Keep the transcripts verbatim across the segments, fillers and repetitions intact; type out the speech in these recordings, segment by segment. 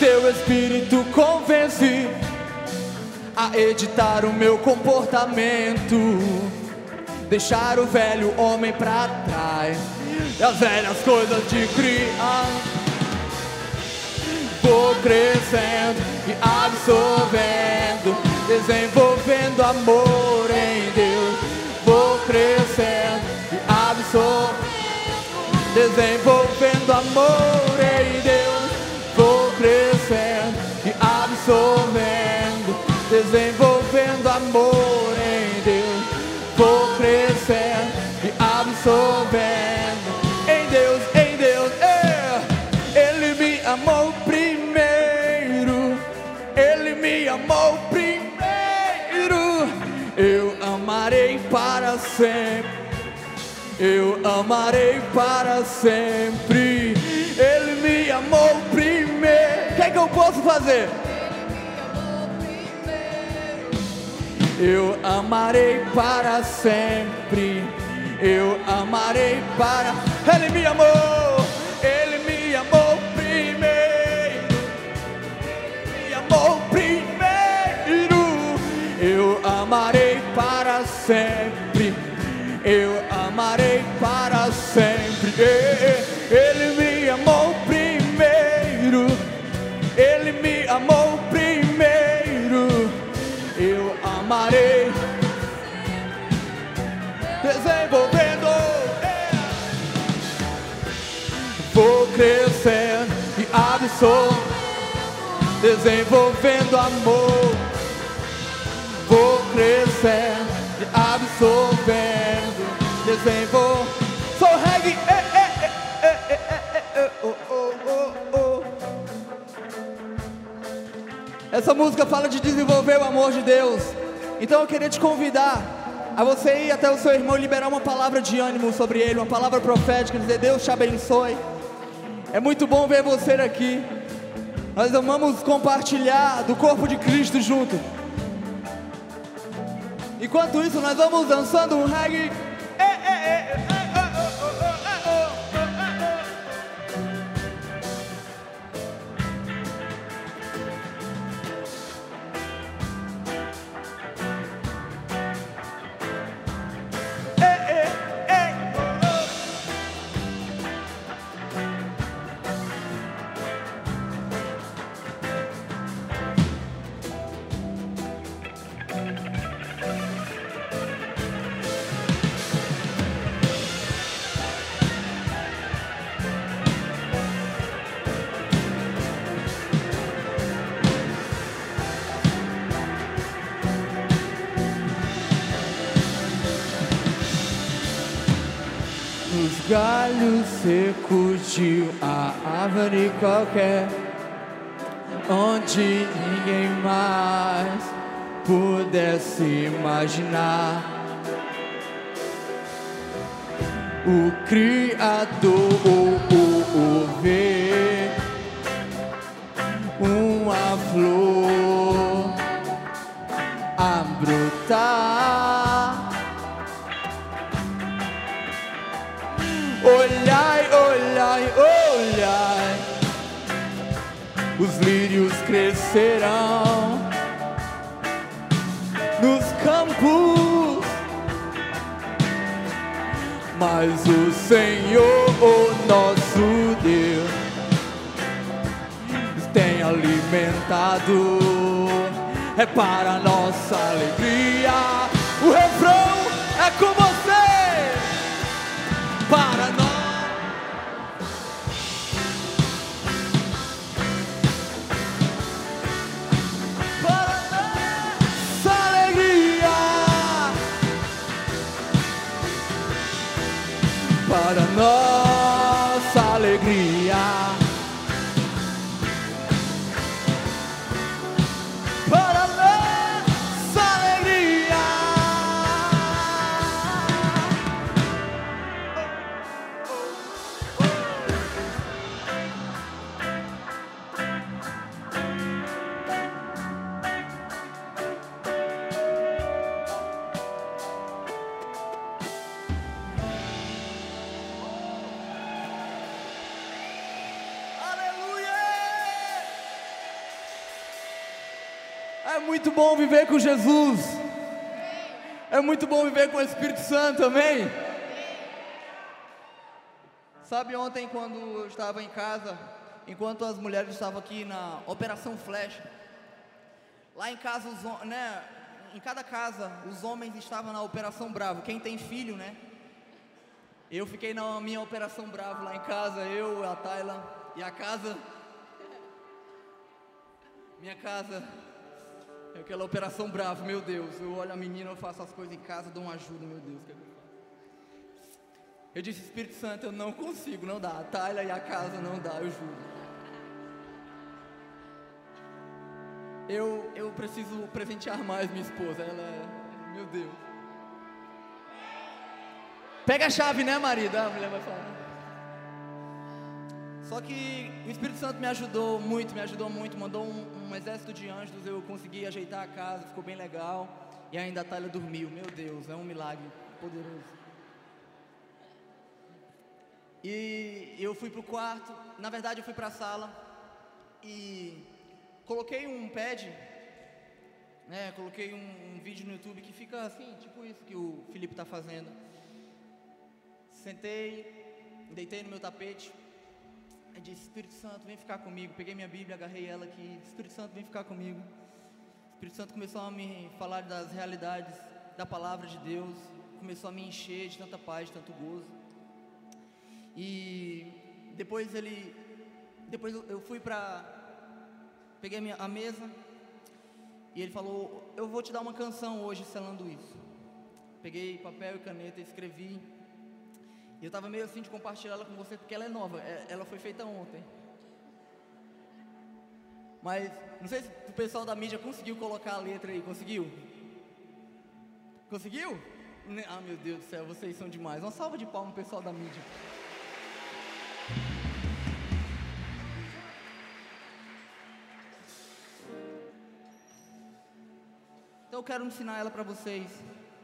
Teu Espírito convence a editar o meu comportamento, deixar o velho homem pra trás e as velhas coisas de criança. Vou crescendo e absorvendo, desenvolvendo amor em Deus. Vou crescendo e absorvendo, desenvolvendo amor em Deus. Vou crescendo e absorvendo, desenvolvendo amor em Deus. Vou crescendo e absorvendo em Deus, em Deus. É. Ele me amou primeiro, Ele me amou primeiro. Eu amarei para sempre, eu amarei para sempre. Ele me amou primeiro. O que é que eu posso fazer? Eu amarei para sempre, eu amarei para... Ele me amou, Ele me amou primeiro, me amou primeiro. Eu amarei para sempre, eu amarei para sempre. Ele me amou primeiro, Ele me amou primeiro. Eu amarei, desenvolvendo, é. Vou crescendo e absorvendo, desenvolvendo amor. Vou crescendo e absorvendo, desenvolvendo. Sou reggae, é, é, é, é, é, é, oh, oh, oh, oh. Essa música fala de desenvolver o amor de Deus. Então eu queria te convidar a você ir até o seu irmão e liberar uma palavra de ânimo sobre ele, uma palavra profética, dizer: Deus te abençoe. É muito bom ver você aqui. Nós vamos compartilhar do corpo de Cristo junto. Enquanto isso, nós vamos dançando um reggae. É, é, é, é. Nos galhos secos de uma árvore qualquer, onde ninguém mais pudesse imaginar, o Criador vê uma flor a brotar. Olhai, olhai, olhai, os lírios crescerão nos campos, mas o Senhor, o nosso Deus, tem alimentado, é para nossa alegria. O refrão é com você. Para nós, para nossa alegria, para nossa alegria, para nossa alegria. É muito bom viver com Jesus. É muito bom viver com o Espírito Santo, amém? Sabe, ontem quando eu estava em casa, enquanto as mulheres estavam aqui na Operação Flecha, lá em casa, os, né, em cada casa, os homens estavam na Operação Bravo. Quem tem filho, né? Eu fiquei na minha Operação Bravo lá em casa, eu, a Tayla e a casa. Minha casa, aquela Operação Bravo, meu Deus. Eu olho a menina, eu faço as coisas em casa, dou uma ajuda, meu Deus. Que é que eu faço? Eu disse, Espírito Santo, eu não consigo, não dá. A Tayla e a casa não dá, eu juro. Eu, eu preciso presentear mais minha esposa, ela é, meu Deus. Pega a chave, né, marido? Ah, a mulher vai falar. Só que o Espírito Santo me ajudou muito, me ajudou muito. Mandou um, um exército de anjos, eu consegui ajeitar a casa, ficou bem legal. E ainda a Tayla dormiu, meu Deus, é um milagre poderoso. E eu fui pro quarto, na verdade eu fui pra sala e coloquei um pad, né, coloquei um, um vídeo no YouTube que fica assim, tipo isso que o Felipe tá fazendo. Sentei, deitei no meu tapete, e disse, Espírito Santo, vem ficar comigo. Peguei minha Bíblia, agarrei ela aqui, Espírito Santo, vem ficar comigo. O Espírito Santo começou a me falar das realidades da palavra de Deus, começou a me encher de tanta paz, de tanto gozo. E depois ele, depois eu fui pra, peguei a, minha, a mesa, e ele falou, eu vou te dar uma canção hoje selando isso. Peguei papel e caneta, escrevi. E eu estava meio assim de compartilhar ela com você, porque ela é nova, ela foi feita ontem. Mas, não sei se o pessoal da mídia conseguiu colocar a letra aí, conseguiu? Conseguiu? Ah, meu Deus do céu, vocês são demais. Uma salva de palmas pro pessoal da mídia. Então eu quero ensinar ela para vocês.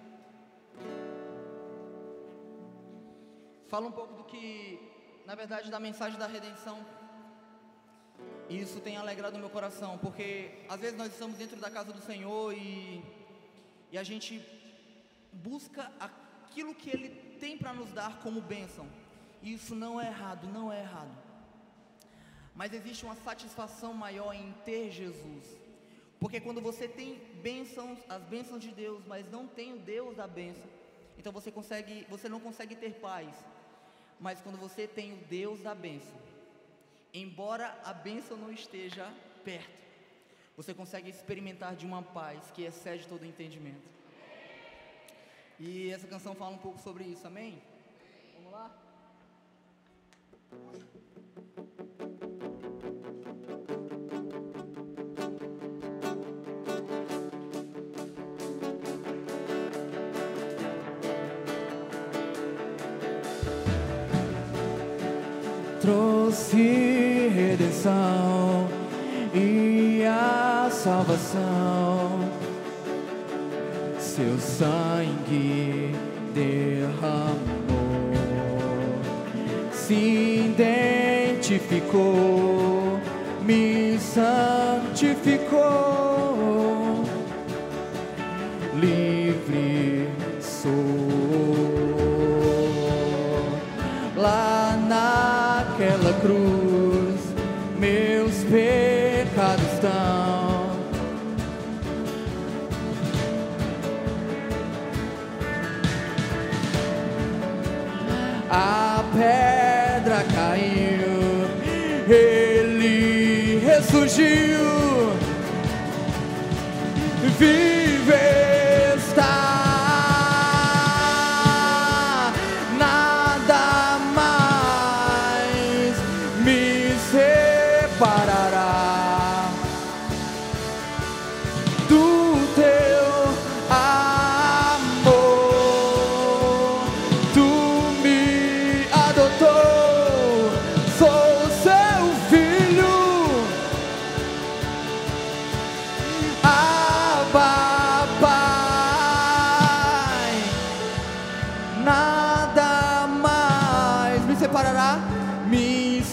Fala um pouco do que, na verdade, da mensagem da redenção. E isso tem alegrado o meu coração, porque às vezes nós estamos dentro da casa do Senhor e, e a gente busca aquilo que Ele tem para nos dar como bênção. E isso não é errado, não é errado. Mas existe uma satisfação maior em ter Jesus. Porque quando você tem bênçãos, as bênçãos de Deus, mas não tem o Deus da bênção, então você, consegue, você não consegue ter paz. Mas quando você tem o Deus da bênção, embora a bênção não esteja perto, você consegue experimentar de uma paz que excede todo entendimento. E essa canção fala um pouco sobre isso, amém? Vamos lá? Trouxe redenção e a salvação, seu sangue derramou, se identificou, me santificou, livre sou. Lá naquela cruz, meus pecados estão. A pedra caiu, Ele ressurgiu, vive está.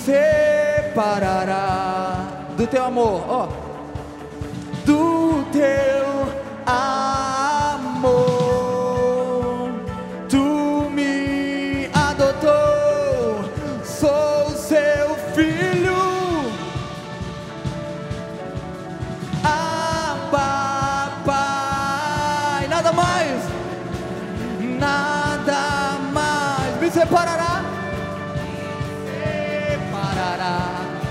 Separará do teu amor, ó, oh. do teu separará, separará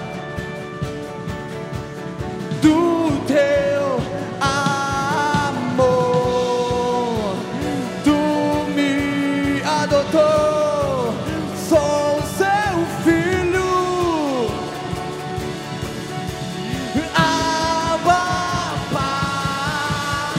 do teu amor. Tu me adotou, sou seu filho. Abba, Pai.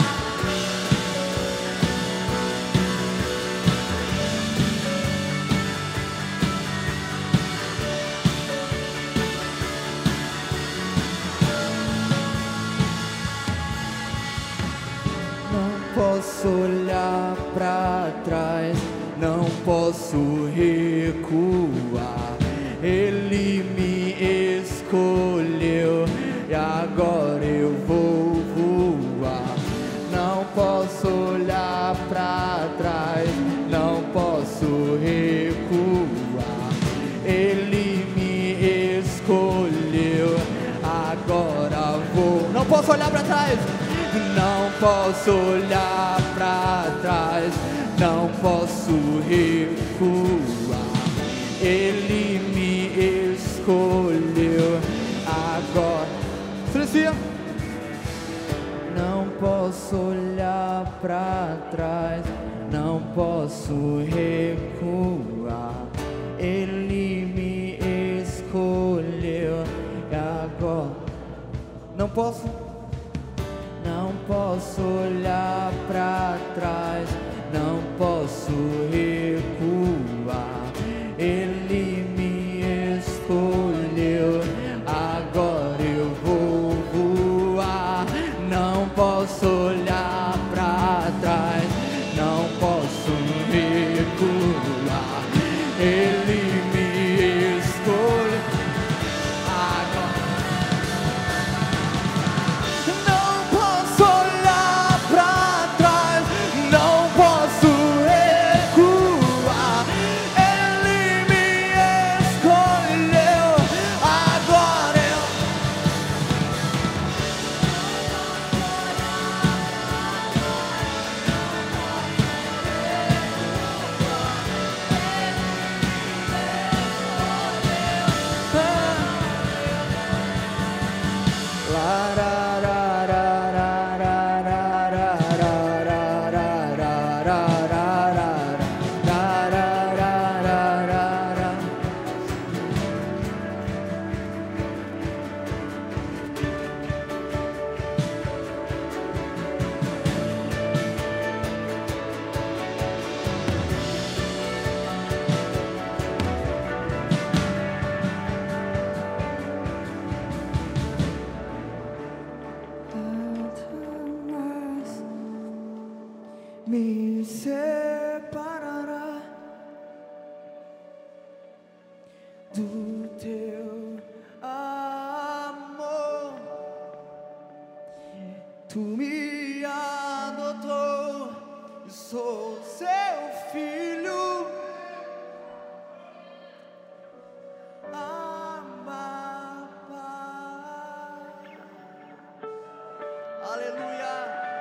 Não posso olhar pra trás, não posso recuar. Ele me escolheu e agora eu vou voar. Não posso olhar pra trás, não posso recuar. Ele me escolheu, agora vou. Não posso olhar pra trás. Não posso olhar pra trás, não posso recuar. Ele me escolheu, agora. Silencia. Não posso olhar pra trás, não posso recuar. Ele me escolheu, agora. Não posso. Não posso olhar pra trás, não posso recuar. Ele me escolheu, agora eu vou voar. Não posso olhar pra trás, não posso recuar. Ele me escolheu, agora. Me separará do teu amor. Tu me adotou, sou seu filho. Ama, Pai. Aleluia.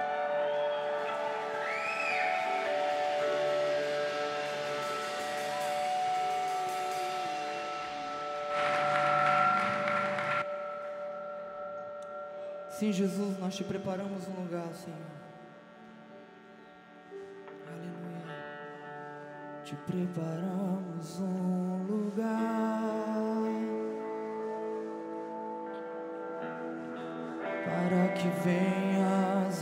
Sim, Jesus, nós te preparamos um lugar, Senhor. Aleluia. Te preparamos um lugar para que venhas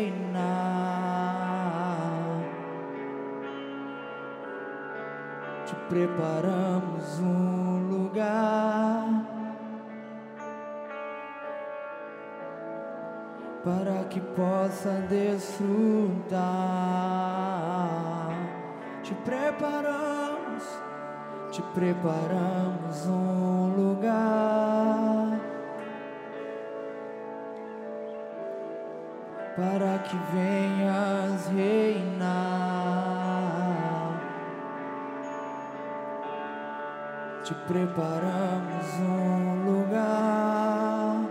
reinar. Te preparamos um lugar para que possa desfrutar. Te preparamos, te preparamos um lugar para que venhas reinar. Te preparamos um lugar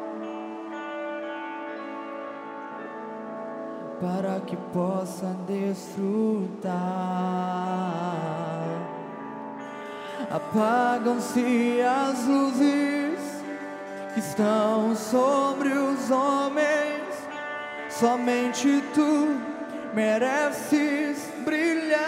para que possa desfrutar. Apagam-se as luzes que estão sobre os homens. Somente tu mereces brilhar.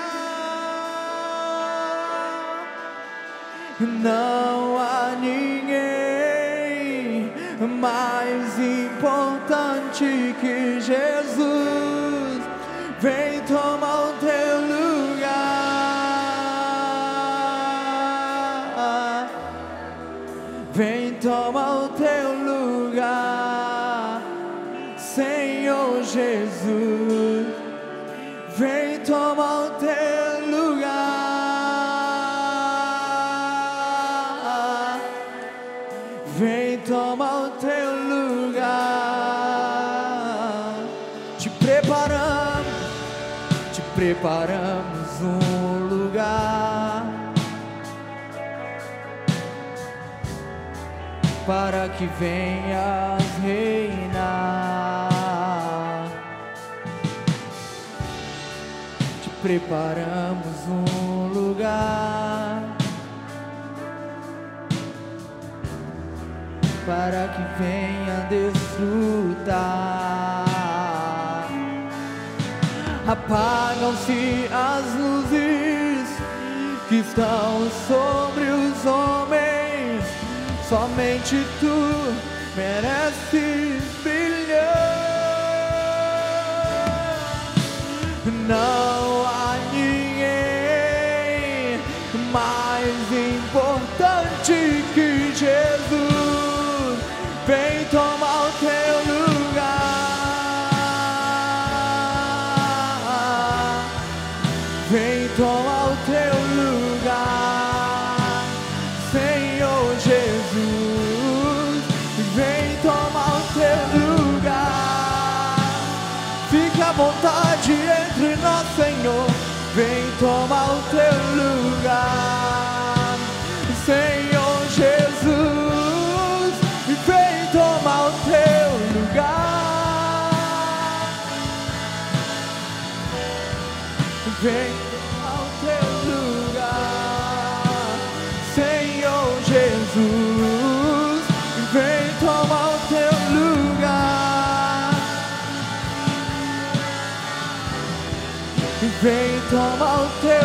Não há ninguém mais importante que Jesus. Vem tomar o teu lugar. Vem tomar o teu lugar, Senhor Jesus. Vem tomar o teu lugar. Vem tomar o teu lugar. Te preparamos, te preparamos um lugar para que venhas reinar. Te preparamos um lugar para que venha desfrutar. Apagam-se as luzes que estão sobre os homens. Somente tu mereces brilhar. Não há ninguém mais importante que Jesus. Vem tomar o teu lugar. Vem tomar o teu lugar, Senhor Jesus. Vem tomar o teu lugar. Fica à vontade entre nós, Senhor. Vem tomar o teu lugar, Senhor Jesus. Vem tomar o teu lugar. Vem tomar o teu lugar, Senhor Jesus. Vem tomar o teu lugar. Vem tomar o teu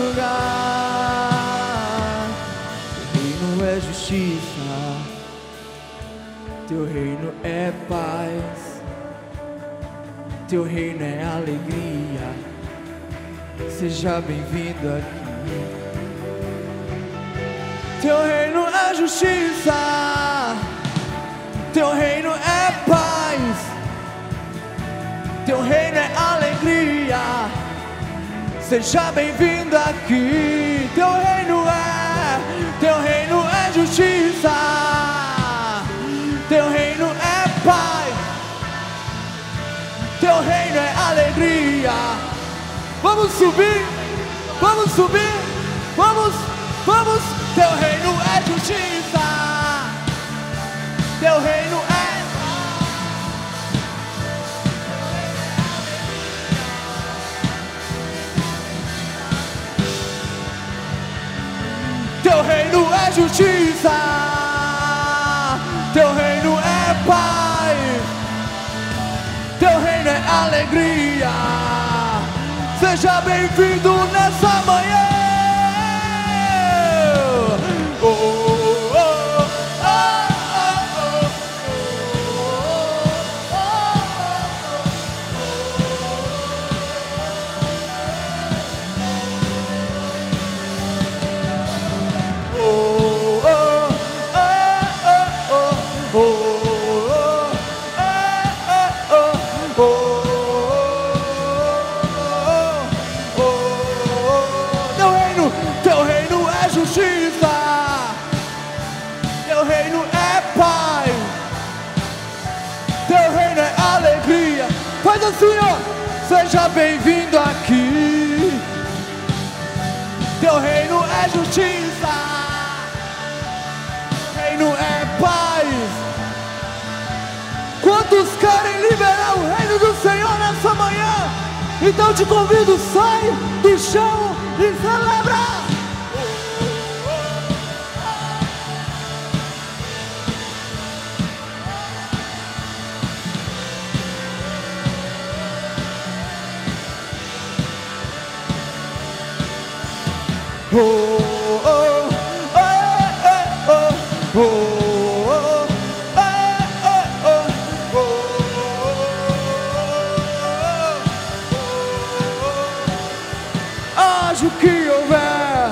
lugar. Teu reino é justiça, teu reino é paz, teu reino é alegria. Seja bem-vindo aqui. Teu reino é justiça, teu reino é paz, teu reino é alegria. Seja bem-vindo aqui. Teu reino é, teu reino é justiça, teu reino é paz, teu reino é alegria. Vamos subir, vamos subir, vamos, vamos. Teu reino é justiça, teu reino é teu reino é justiça, teu reino é paz, teu reino é alegria. Seja bem-vindo nessa manhã. Oh, oh, oh, oh, teu reino é justiça, teu reino é paz, teu reino é alegria. Faz assim, ó. Seja bem-vindo aqui. Teu reino é justiça, teu reino é paz. Quantos querem liberar o reino do Senhor nessa manhã? Então te convido, sai do chão e celebra. Oh, oh, oh. Haja o que houver,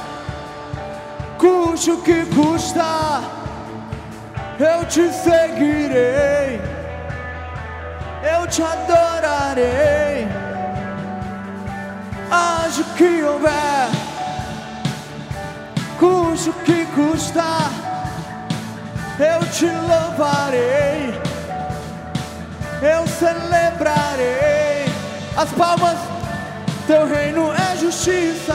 custe o que custar, eu te seguirei, eu te adorarei. Haja o que houver, custe o que custar, eu te louvarei, eu celebrarei. As palmas. Teu reino é justiça,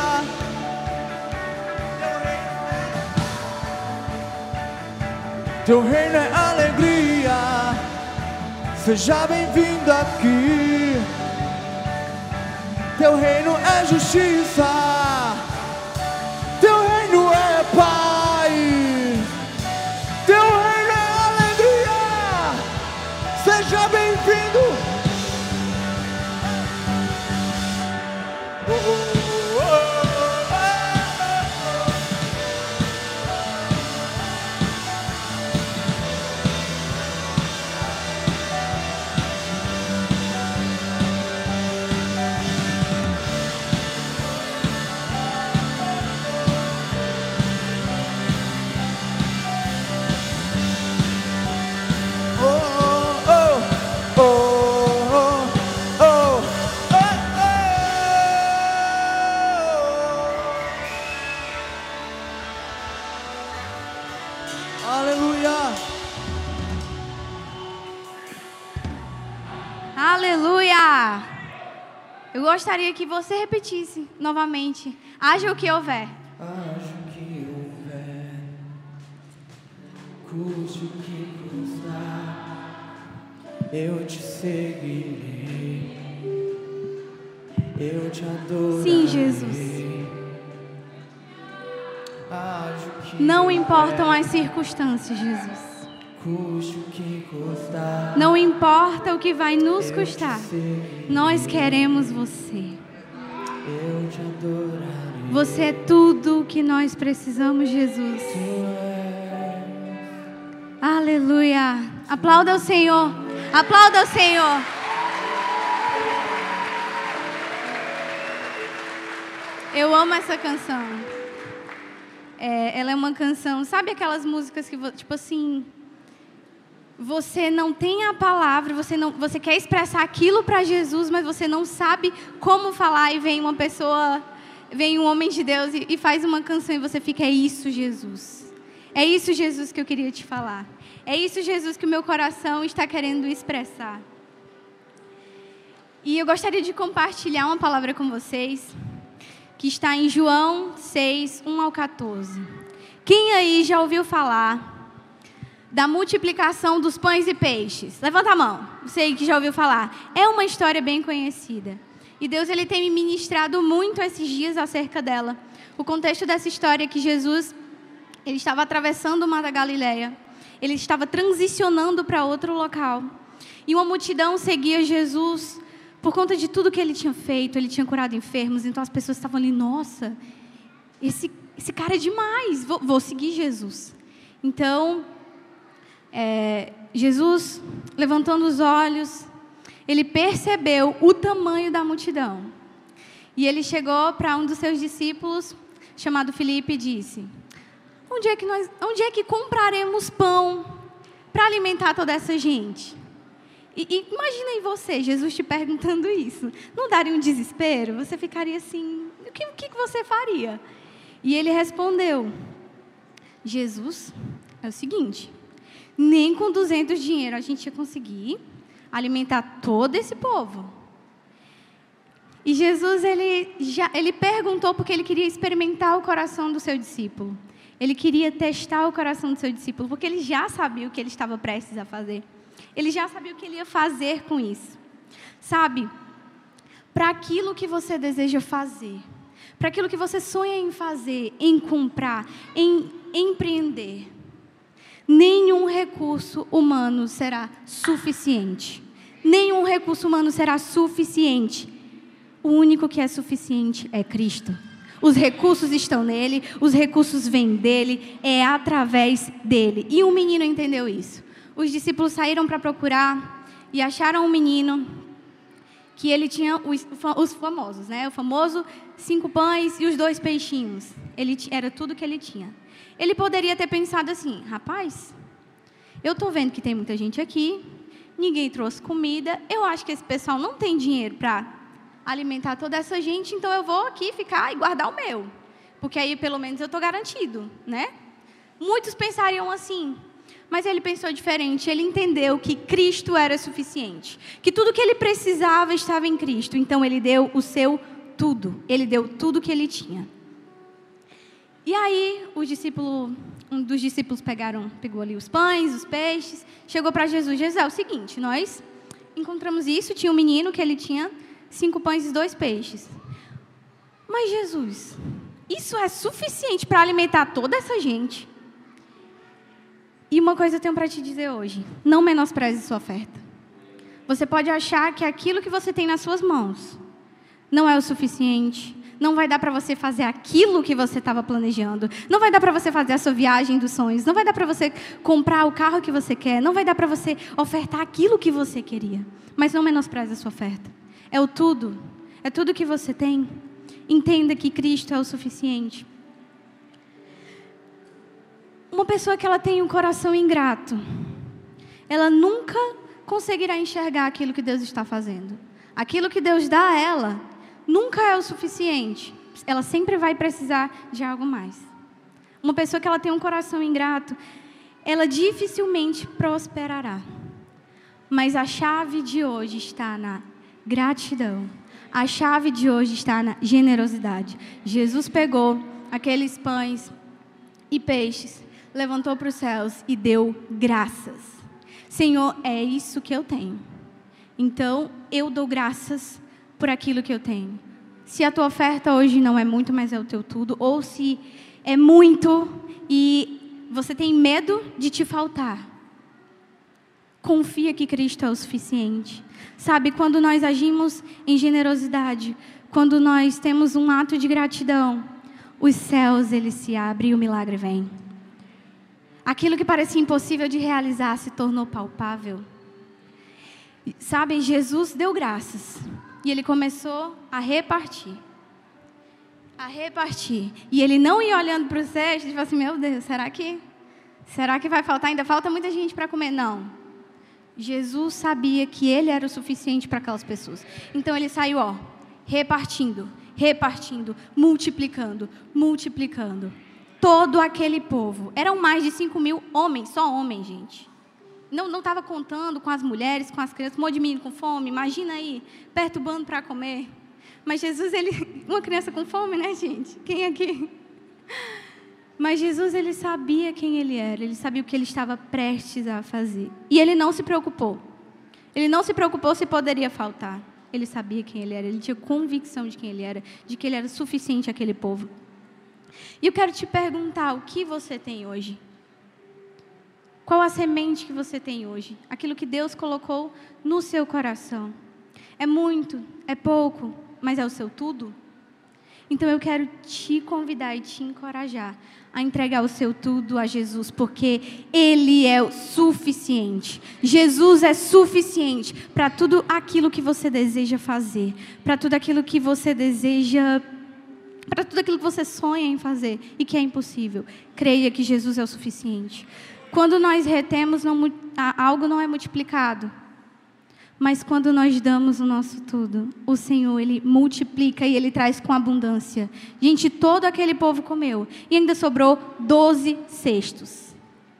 teu reino é alegria. Seja bem-vindo aqui. Teu reino é justiça, teu reino é paz, teu reino é alegria. Seja bem-vindo. Oh, oh, oh, oh, Aleluia! Eu gostaria que você repetisse novamente. Haja o que houver. Haja o que houver, custe o que custar, eu te seguirei, eu te adorarei. Sim, Jesus. Haja o que Não houver, importam as circunstâncias, Jesus. custe o que custar, Não importa o que vai nos eu custar. te seguirei, Nós queremos você. eu te adorarei. Você é tudo o que nós precisamos, Jesus. Aleluia. Aplauda o Senhor. Aplauda o Senhor. Eu amo essa canção. É, ela é uma canção, sabe aquelas músicas que, tipo assim, você não tem a palavra, você, não, você quer expressar aquilo para Jesus, mas você não sabe como falar, e vem uma pessoa, vem um homem de Deus e, e faz uma canção e você fica, é isso, Jesus. É isso, Jesus, que eu queria te falar. É isso, Jesus, que o meu coração está querendo expressar. E eu gostaria de compartilhar uma palavra com vocês, que está em João seis, um ao quatorze. Quem aí já ouviu falar da multiplicação dos pães e peixes? Levanta a mão, você aí que já ouviu falar. É uma história bem conhecida. E Deus ele tem me ministrado muito esses dias acerca dela. O contexto dessa história é que Jesus ele estava atravessando o Mar da Galileia. Ele estava transicionando para outro local. E uma multidão seguia Jesus por conta de tudo que ele tinha feito. Ele tinha curado enfermos. Então as pessoas estavam ali, nossa, esse, esse cara é demais, vou, vou seguir Jesus. Então, é, Jesus, levantando os olhos, ele percebeu o tamanho da multidão. E ele chegou para um dos seus discípulos, chamado Filipe, e disse: Onde é que nós, onde é que compraremos pão para alimentar toda essa gente? E, e imagina aí você, Jesus te perguntando isso. Não daria um desespero? Você ficaria assim, o que, o que você faria? E ele respondeu: Jesus, é o seguinte, nem com duzentos dinheiro a gente ia conseguir alimentar todo esse povo. E Jesus, ele, já, ele perguntou porque ele queria experimentar o coração do seu discípulo. Ele queria testar o coração do seu discípulo, porque ele já sabia o que ele estava prestes a fazer. Ele já sabia o que ele ia fazer com isso. Sabe, para aquilo que você deseja fazer, para aquilo que você sonha em fazer, em comprar, em empreender, nenhum recurso humano será suficiente. Nenhum recurso humano será suficiente. O único que é suficiente é Cristo. Os recursos estão nele, os recursos vêm dele, é através dele. E um menino entendeu isso. Os discípulos saíram para procurar e acharam um menino que ele tinha os, os famosos, né? O famoso cinco pães e os dois peixinhos. Ele, era tudo que ele tinha. Ele poderia ter pensado assim, rapaz, eu estou vendo que tem muita gente aqui, ninguém trouxe comida, eu acho que esse pessoal não tem dinheiro para alimentar toda essa gente, então eu vou aqui ficar e guardar o meu, porque aí pelo menos eu estou garantido, né? Muitos pensariam assim, mas ele pensou diferente, ele entendeu que Cristo era suficiente, que tudo que ele precisava estava em Cristo, então ele deu o seu tudo, ele deu tudo que ele tinha. E aí, o discípulo, um dos discípulos pegaram, pegou ali os pães, os peixes, chegou para Jesus. Jesus, é o seguinte, nós encontramos isso, tinha um menino que ele tinha cinco pães e dois peixes. Mas Jesus, isso é suficiente para alimentar toda essa gente? E uma coisa eu tenho para te dizer hoje, não menospreze sua oferta. Você pode achar que aquilo que você tem nas suas mãos não é o suficiente, não vai dar para você fazer aquilo que você estava planejando, não vai dar para você fazer a sua viagem dos sonhos, não vai dar para você comprar o carro que você quer, não vai dar para você ofertar aquilo que você queria. Mas não menospreze a sua oferta. É o tudo, é tudo que você tem. Entenda que Cristo é o suficiente. Uma pessoa que ela tem um coração ingrato, ela nunca conseguirá enxergar aquilo que Deus está fazendo. Aquilo que Deus dá a ela nunca é o suficiente. Ela sempre vai precisar de algo mais. Uma pessoa que ela tem um coração ingrato, ela dificilmente prosperará. Mas a chave de hoje está na gratidão. A chave de hoje está na generosidade. Jesus pegou aqueles pães e peixes, levantou para os céus e deu graças. Senhor, é isso que eu tenho. Então, eu dou graças por aquilo que eu tenho. Se a tua oferta hoje não é muito, mas é o teu tudo, ou se é muito e você tem medo de te faltar, confia que Cristo é o suficiente. Sabe, quando nós agimos em generosidade, quando nós temos um ato de gratidão, os céus eles se abrem e o milagre vem. Aquilo que parecia impossível de realizar se tornou palpável. Sabe, Jesus deu graças. E ele começou a repartir. A repartir. E ele não ia olhando para o cesto e falou assim, meu Deus, será que, será que vai faltar? Ainda falta muita gente para comer. Não. Jesus sabia que ele era o suficiente para aquelas pessoas. Então ele saiu, ó, repartindo, repartindo, multiplicando, multiplicando. Todo aquele povo. Eram mais de cinco mil homens, só homens, gente. Não estava contando com as mulheres, com as crianças, um monte de menino com fome, imagina aí, perturbando para comer. Mas Jesus, ele, uma criança com fome, né, gente? Quem aqui? Mas Jesus, ele sabia quem ele era, ele sabia o que ele estava prestes a fazer. E ele não se preocupou. Ele não se preocupou se poderia faltar. Ele sabia quem ele era, ele tinha convicção de quem ele era, de que ele era suficiente àquele povo. E eu quero te perguntar, o que você tem hoje? Qual a semente que você tem hoje? Aquilo que Deus colocou no seu coração. É muito, é pouco, mas é o seu tudo? Então eu quero te convidar e te encorajar a entregar o seu tudo a Jesus, porque Ele é o suficiente. Jesus é suficiente para tudo aquilo que você deseja fazer, para tudo aquilo que você deseja, para tudo aquilo que você sonha em fazer e que é impossível. Creia que Jesus é o suficiente. Quando nós retemos, não, algo não é multiplicado. Mas quando nós damos o nosso tudo, o Senhor, Ele multiplica e Ele traz com abundância. Gente, todo aquele povo comeu. E ainda sobrou doze cestos.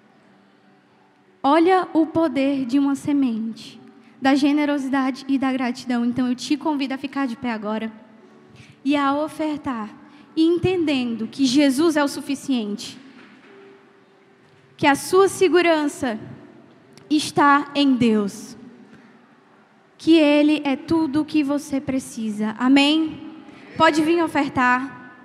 Olha o poder de uma semente, da generosidade e da gratidão. Então eu te convido a ficar de pé agora e a ofertar, e entendendo que Jesus é o suficiente. Que a sua segurança está em Deus. Que Ele é tudo o que você precisa. Amém? Pode vir ofertar.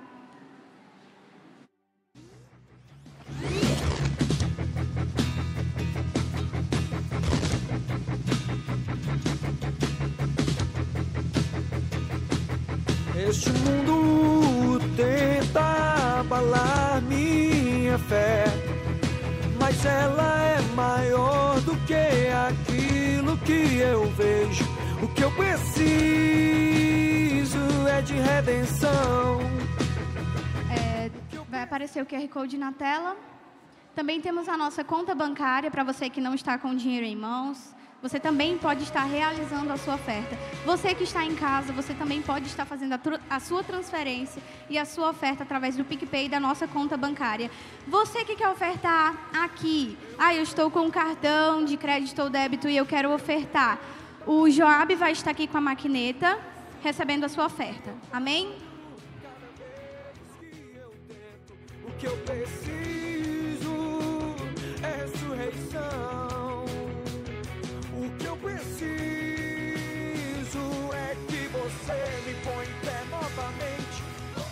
Este mundo tem minha fé, mas ela é maior do que aquilo que eu vejo. O que eu preciso é de redenção. É, vai aparecer o Q R Code na tela. Também temos a nossa conta bancária para você que não está com dinheiro em mãos. Você também pode estar realizando a sua oferta. Você que está em casa, você também pode estar fazendo a, a sua transferência e a sua oferta através do PicPay da nossa conta bancária. Você que quer ofertar aqui, ah, eu estou com um cartão de crédito ou débito e eu quero ofertar. O Joab vai estar aqui com a maquineta, recebendo a sua oferta. Amém? O que eu preciso é ressurreição. O que eu preciso é que você me põe em pé novamente.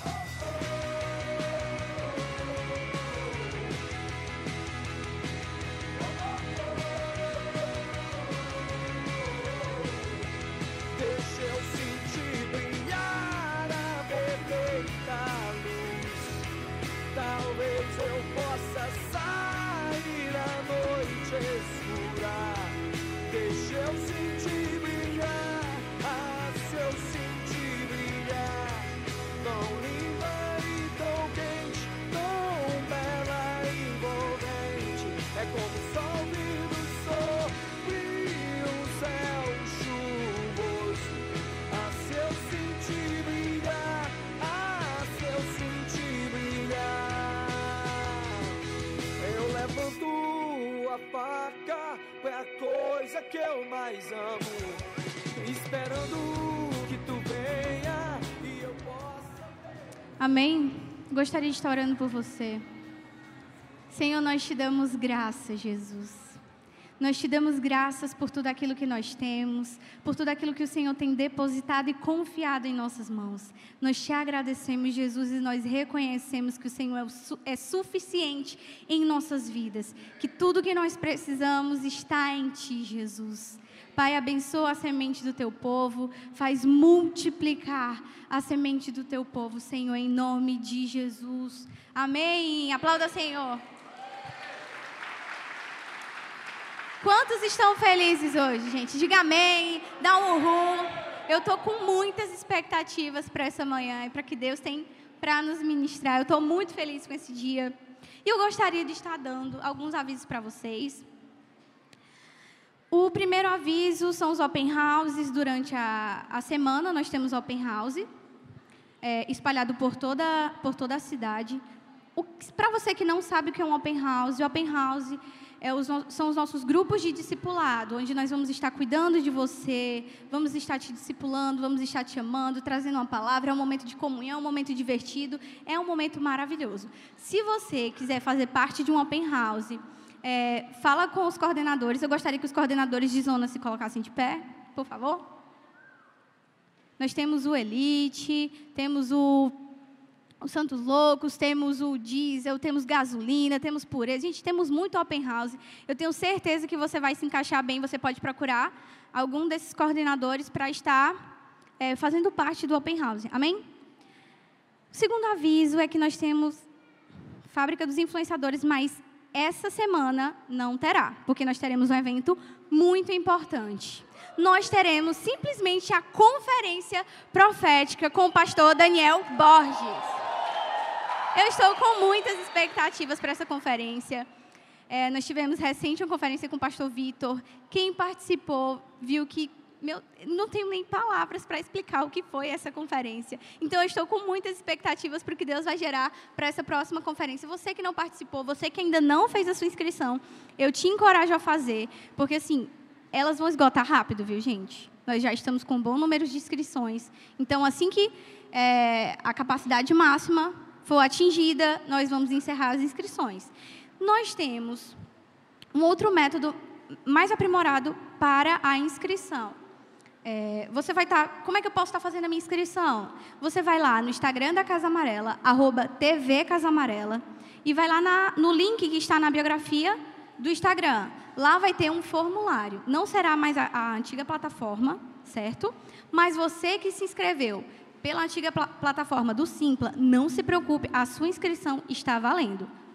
Deixa eu sentir brilhar a perfeita luz. Talvez eu possa sair à noite escura. Deixa eu sentir brilhar, ah, se eu sentir brilhar. Tão linda e tão quente, tão bela e envolvente. É como o sol vindo sobre um céu chuvoso. Ah, se eu sentir brilhar, ah, se eu sentir brilhar. Eu levanto a faca pra coisa que eu mais amo, esperando que tu venha e eu possa. Amém? Gostaria de estar orando por você. Senhor, nós te damos graças, Jesus. Nós te damos graças por tudo aquilo que nós temos, por tudo aquilo que o Senhor tem depositado e confiado em nossas mãos. Nós te agradecemos, Jesus, e nós reconhecemos que o Senhor é, o su- é suficiente em nossas vidas, que tudo que nós precisamos está em Ti, Jesus. Pai, abençoa a semente do Teu povo, faz multiplicar a semente do Teu povo, Senhor, em nome de Jesus. Amém. Aplauda, Senhor. Quantos estão felizes hoje, gente? Diga amém, dá um uhul. Eu estou com muitas expectativas para essa manhã e para que Deus tem para nos ministrar. Eu estou muito feliz com esse dia. E eu gostaria de estar dando alguns avisos para vocês. O primeiro aviso são os open houses. Durante a, a semana nós temos open house é, espalhado por toda, por toda a cidade. Para você que não sabe o que é um open house, o open house é os, são os nossos grupos de discipulado, onde nós vamos estar cuidando de você, vamos estar te discipulando, vamos estar te amando, trazendo uma palavra. É um momento de comunhão, é um momento divertido, é um momento maravilhoso. Se você quiser fazer parte de um open house, é, fala com os coordenadores. Eu gostaria que os coordenadores de zona se colocassem de pé, por favor. Nós temos o Elite, temos o os Santos Loucos, temos o diesel, temos gasolina, temos pureza. Gente, temos muito open house. Eu tenho certeza que você vai se encaixar bem. Você pode procurar algum desses coordenadores para estar é, fazendo parte do open house. Amém? O segundo aviso é que nós temos Fábrica dos Influenciadores, mas essa semana não terá, porque nós teremos um evento muito importante. Nós teremos simplesmente a conferência profética com o pastor Daniel Borges. Eu estou com muitas expectativas para essa conferência. É, nós tivemos recente uma conferência com o pastor Vitor. Quem participou viu que meu, não tenho nem palavras para explicar o que foi essa conferência. Então, eu estou com muitas expectativas para o que Deus vai gerar para essa próxima conferência. Você que não participou, você que ainda não fez a sua inscrição, eu te encorajo a fazer, porque, assim, elas vão esgotar rápido, viu, gente? Nós já estamos com um bom número de inscrições. Então, assim que é, a capacidade máxima for atingida, nós vamos encerrar as inscrições. Nós temos um outro método mais aprimorado para a inscrição. É, você vai estar... Como é que eu posso estar fazendo a minha inscrição? Você vai lá no Instagram da Casa Amarela, arroba T V Casa Amarela, e vai lá na, no link que está na biografia do Instagram. Lá vai ter um formulário. Não será mais a, a antiga plataforma, certo? Mas você que se inscreveu pela antiga pl- plataforma do Simpla, não se preocupe, a sua inscrição está valendo.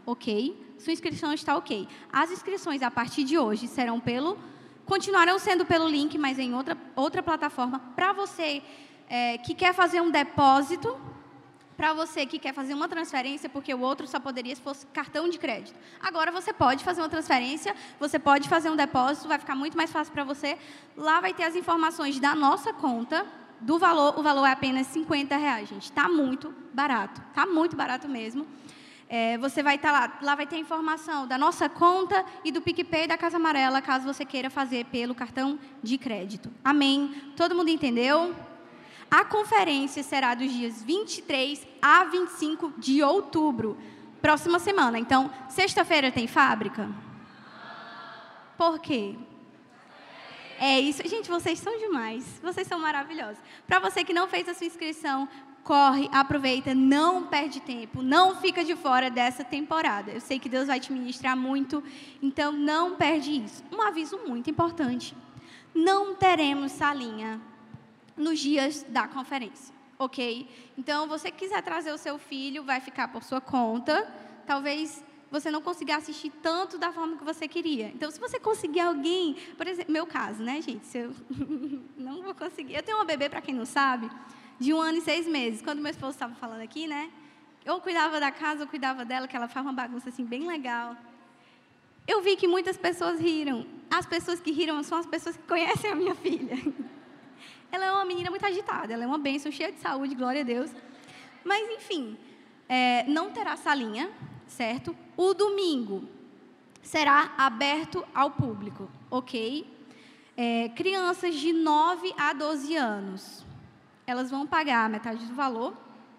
ok? Sua inscrição está ok. As inscrições, a partir de hoje, serão pelo... continuarão sendo pelo link, mas em outra, outra plataforma. Para você é, que quer fazer um depósito, para você que quer fazer uma transferência, porque o outro só poderia se fosse cartão de crédito. Agora você pode fazer uma transferência, você pode fazer um depósito, vai ficar muito mais fácil para você. Lá vai ter as informações da nossa conta, do valor, o valor é apenas cinquenta reais, gente. Está muito barato, está muito barato mesmo. É, você vai estar tá lá, lá vai ter a informação da nossa conta e do PicPay da Casa Amarela, caso você queira fazer pelo cartão de crédito. Amém? Todo mundo entendeu? A conferência será dos dias vinte e três a vinte e cinco de outubro, próxima semana. Então, sexta-feira tem fábrica? Por quê? É isso. Gente, vocês são demais. Vocês são maravilhosos. Para você que não fez a sua inscrição, corre, aproveita, não perde tempo, não fica de fora dessa temporada. Eu sei que Deus vai te ministrar muito, então não perde isso. Um aviso muito importante. Não teremos salinha nos dias da conferência, ok? Então, você que quiser trazer o seu filho, vai ficar por sua conta. Talvez você não consiga assistir tanto da forma que você queria. Então, se você conseguir alguém, por exemplo, meu caso, né, gente? Se eu não vou conseguir. Eu tenho uma bebê, para quem não sabe, de um ano e seis meses. Quando meu esposo estava falando aqui, né? Eu cuidava da casa, eu cuidava dela, que ela faz uma bagunça assim bem legal. Eu vi que muitas pessoas riram. As pessoas que riram são as pessoas que conhecem a minha filha. Ela é uma menina muito agitada, ela é uma bênção, cheia de saúde, glória a Deus. Mas, enfim, é, não terá salinha, certo? O domingo será aberto ao público, ok? É, crianças de nove a doze anos, elas vão pagar metade do valor.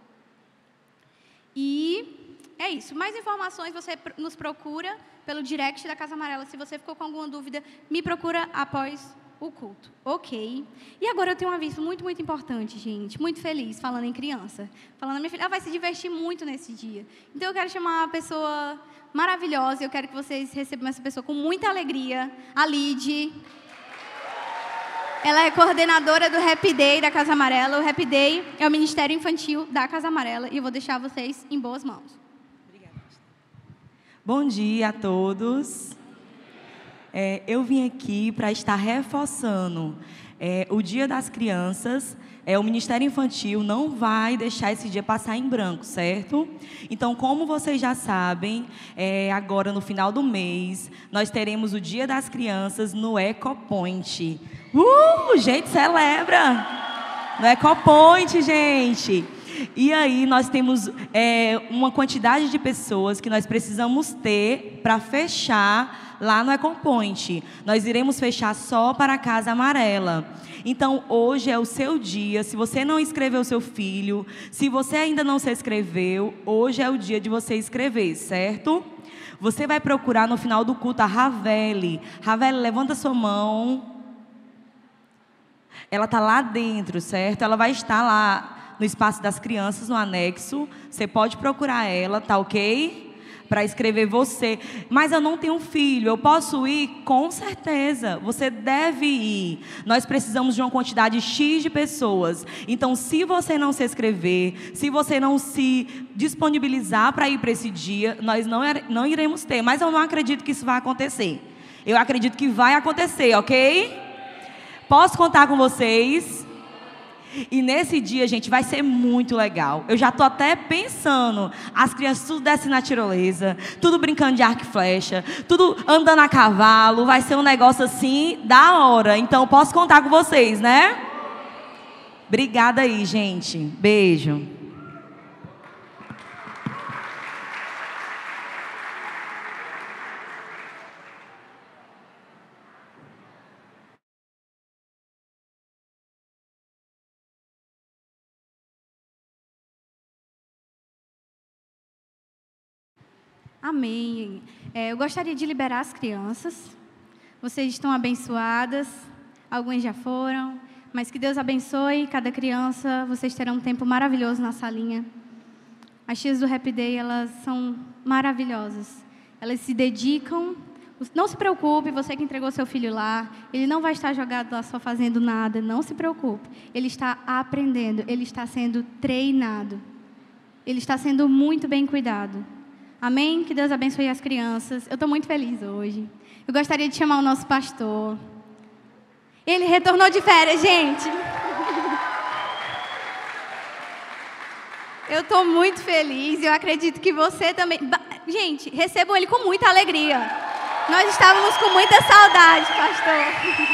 E é isso. Mais informações você nos procura pelo direct da Casa Amarela. Se você ficou com alguma dúvida, me procura após o culto, ok? E agora eu tenho um aviso muito, muito importante, gente. Muito feliz, falando em criança. Falando, a minha filha, ela vai se divertir muito nesse dia. Então, eu quero chamar uma pessoa maravilhosa. Eu quero que vocês recebam essa pessoa com muita alegria. A Lid. Ela é coordenadora do Happy Day da Casa Amarela. O Happy Day é o Ministério Infantil da Casa Amarela. E eu vou deixar vocês em boas mãos. Obrigada. Bom dia a todos. É, eu vim aqui para estar reforçando é, o Dia das Crianças. É, o Ministério Infantil não vai deixar esse dia passar em branco, certo? Então, como vocês já sabem, é, agora no final do mês, nós teremos o Dia das Crianças no EcoPoint. Uh, gente, celebra! No EcoPoint, gente! E aí, nós temos é, uma quantidade de pessoas que nós precisamos ter para fechar lá no EcoPoint. Nós iremos fechar só para a Casa Amarela. Então, hoje é o seu dia. Se você não inscreveu o seu filho, se você ainda não se inscreveu, hoje é o dia de você inscrever, certo? Você vai procurar no final do culto a Ravele. Ravele, levanta sua mão. Ela está lá dentro, certo? Ela vai estar lá no espaço das crianças, no anexo. Você pode procurar ela, tá ok? Para escrever você. Mas eu não tenho filho, eu posso ir? Com certeza, você deve ir. Nós precisamos de uma quantidade X de pessoas. Então, se você não se inscrever, se você não se disponibilizar para ir para esse dia, nós não, não iremos ter. Mas eu não acredito que isso vai acontecer. Eu acredito que vai acontecer, ok? Posso contar com vocês? E nesse dia, gente, vai ser muito legal. Eu já estou até pensando, as crianças tudo descendo na tirolesa, tudo brincando de arco e flecha, tudo andando a cavalo, vai ser um negócio assim, da hora. Então, posso contar com vocês, né? Obrigada aí, gente. Beijo. Amém. É, eu gostaria de liberar as crianças. Vocês estão abençoadas. Algumas já foram. Mas que Deus abençoe cada criança. Vocês terão um tempo maravilhoso na salinha. As tias do Happy Day, elas são maravilhosas. Elas se dedicam. Não se preocupe, você que entregou seu filho lá. Ele não vai estar jogado lá só fazendo nada. Não se preocupe. Ele está aprendendo. Ele está sendo treinado. Ele está sendo muito bem cuidado. Amém? Que Deus abençoe as crianças. Eu estou muito feliz hoje. Eu gostaria de chamar o nosso pastor. Ele retornou de férias, gente. Eu estou muito feliz e eu acredito que você também. Gente, recebam ele com muita alegria. Nós estávamos com muita saudade, pastor.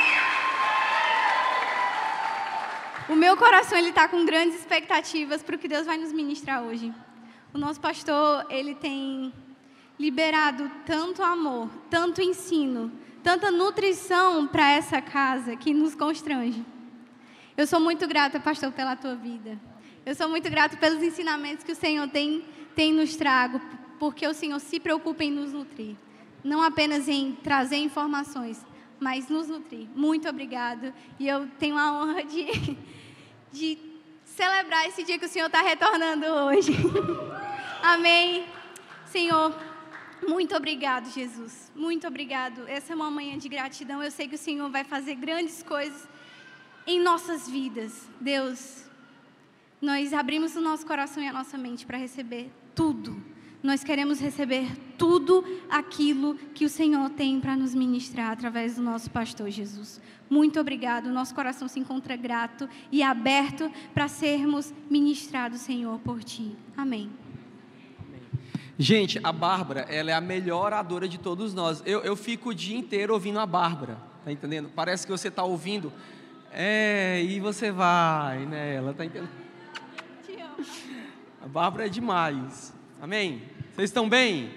O meu coração ele está com grandes expectativas para o que Deus vai nos ministrar hoje. O nosso pastor, ele tem liberado tanto amor, tanto ensino, tanta nutrição para essa casa que nos constrange. Eu sou muito grata, pastor, pela tua vida. Eu sou muito grata pelos ensinamentos que o Senhor tem, tem nos trago, porque o Senhor se preocupa em nos nutrir. Não apenas em trazer informações, mas nos nutrir. Muito obrigado. E eu tenho a honra de, de celebrar esse dia que o Senhor está retornando hoje. Amém. Senhor, muito obrigado, Jesus. Muito obrigado. Essa é uma manhã de gratidão. Eu sei que o Senhor vai fazer grandes coisas em nossas vidas. Deus, nós abrimos o nosso coração e a nossa mente para receber tudo. Nós queremos receber tudo aquilo que o Senhor tem para nos ministrar através do nosso pastor Jesus. Muito obrigado. O nosso coração se encontra grato e aberto para sermos ministrados, Senhor, por Ti. Amém. Gente, a Bárbara, ela é a melhor oradora de todos nós. Eu, eu fico o dia inteiro ouvindo a Bárbara, tá entendendo? Parece que você está ouvindo, é, e você vai, né? Ela tá entendendo? Te amo. A Bárbara é demais. Amém? Vocês estão bem?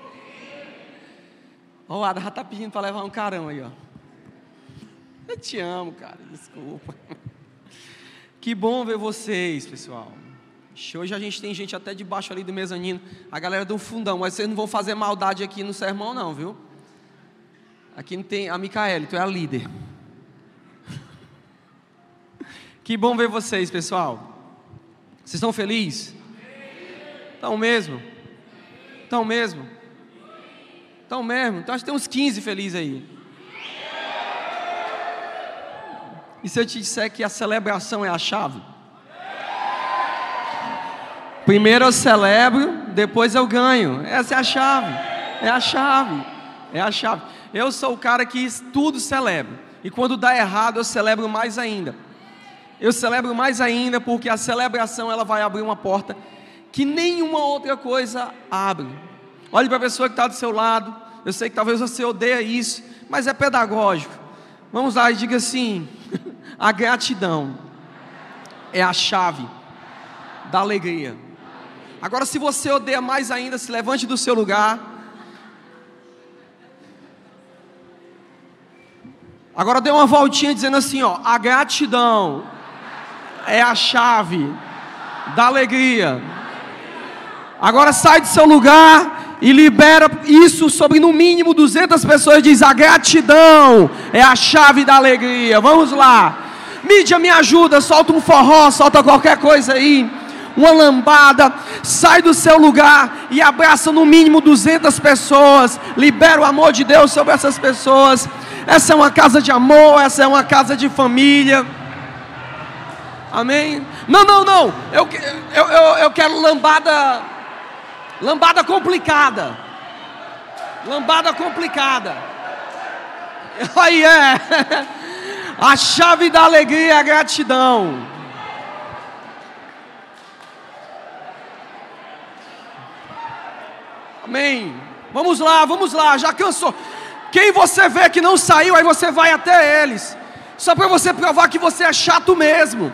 Ó, o Ada já está pedindo para levar um carão aí, ó. Eu te amo, cara, desculpa. Que bom ver vocês, pessoal. Hoje a gente tem gente até debaixo ali do mezanino, a galera do fundão, mas vocês não vão fazer maldade aqui no sermão não, viu? Aqui não tem a Micaele, tu é a líder. Que bom ver vocês, pessoal. Vocês estão felizes? Estão mesmo? Estão mesmo? Estão mesmo? Então acho que tem uns quinze felizes aí. E se eu te disser que a celebração é a chave? Primeiro eu celebro, depois eu ganho. Essa é a chave. É a chave. É a chave. Eu sou o cara que tudo celebra. E quando dá errado, eu celebro mais ainda. Eu celebro mais ainda porque a celebração ela vai abrir uma porta que nenhuma outra coisa abre. Olhe para a pessoa que está do seu lado. Eu sei que talvez você odeie isso, mas é pedagógico. Vamos lá e diga assim: a gratidão é a chave da alegria. Agora, se você odeia mais ainda, se levante do seu lugar. Agora dê uma voltinha dizendo assim, ó: a gratidão é a chave da alegria. Agora sai do seu lugar e libera isso sobre no mínimo duzentas pessoas. Diz: a gratidão é a chave da alegria. Vamos lá. Mídia, me ajuda, solta um forró, solta qualquer coisa aí. Uma lambada, sai do seu lugar e abraça no mínimo duzentas pessoas, libera o amor de Deus sobre essas pessoas. Essa é uma casa de amor, essa é uma casa de família. Amém? Não, não, não, eu, eu, eu, eu quero lambada, lambada complicada, lambada complicada. Aí é, a chave da alegria é a gratidão. Amém. Vamos lá, vamos lá, já cansou. Quem você vê que não saiu, aí você vai até eles, só para você provar que você é chato mesmo.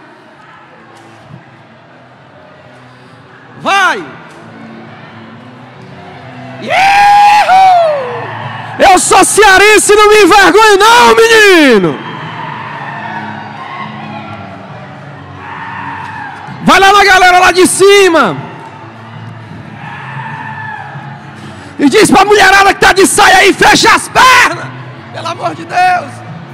Vai. Uhul! Eu sou cearense, não me envergonho não, menino. Vai lá na galera lá de cima e diz pra mulherada que tá de saia aí: fecha as pernas, pelo amor de Deus.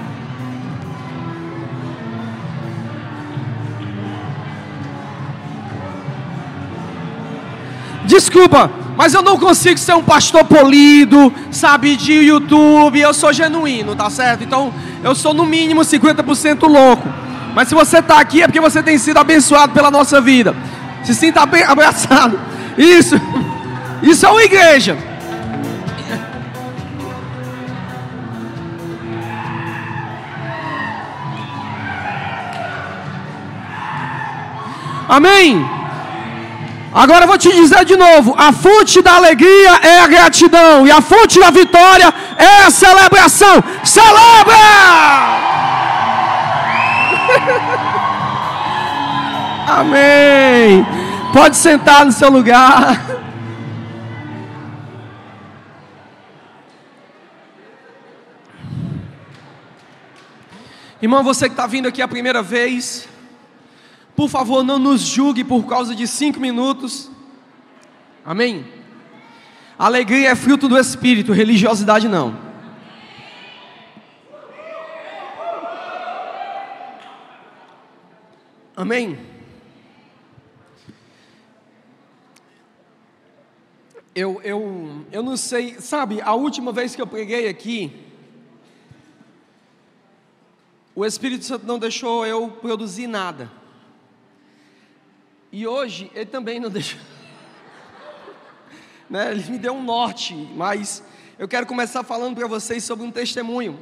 Desculpa, mas eu não consigo ser um pastor polido, sabe, de YouTube. Eu sou genuíno, tá certo? Então eu sou no mínimo cinquenta por cento louco. Mas se você tá aqui é porque você tem sido abençoado pela nossa vida. Se sinta bem abraçado. Isso. Isso é uma igreja. Amém? Agora eu vou te dizer de novo: a fonte da alegria é a gratidão, e a fonte da vitória é a celebração. Celebra! Amém. Pode sentar no seu lugar. Irmão, você que está vindo aqui a primeira vez, por favor, não nos julgue por causa de cinco minutos. Amém? Alegria é fruto do Espírito, religiosidade não. Amém? Eu, eu, eu não sei, sabe, a última vez que eu preguei aqui, o Espírito Santo não deixou eu produzir nada. E hoje, ele também não deixou. né? Ele me deu um norte, mas eu quero começar falando para vocês sobre um testemunho.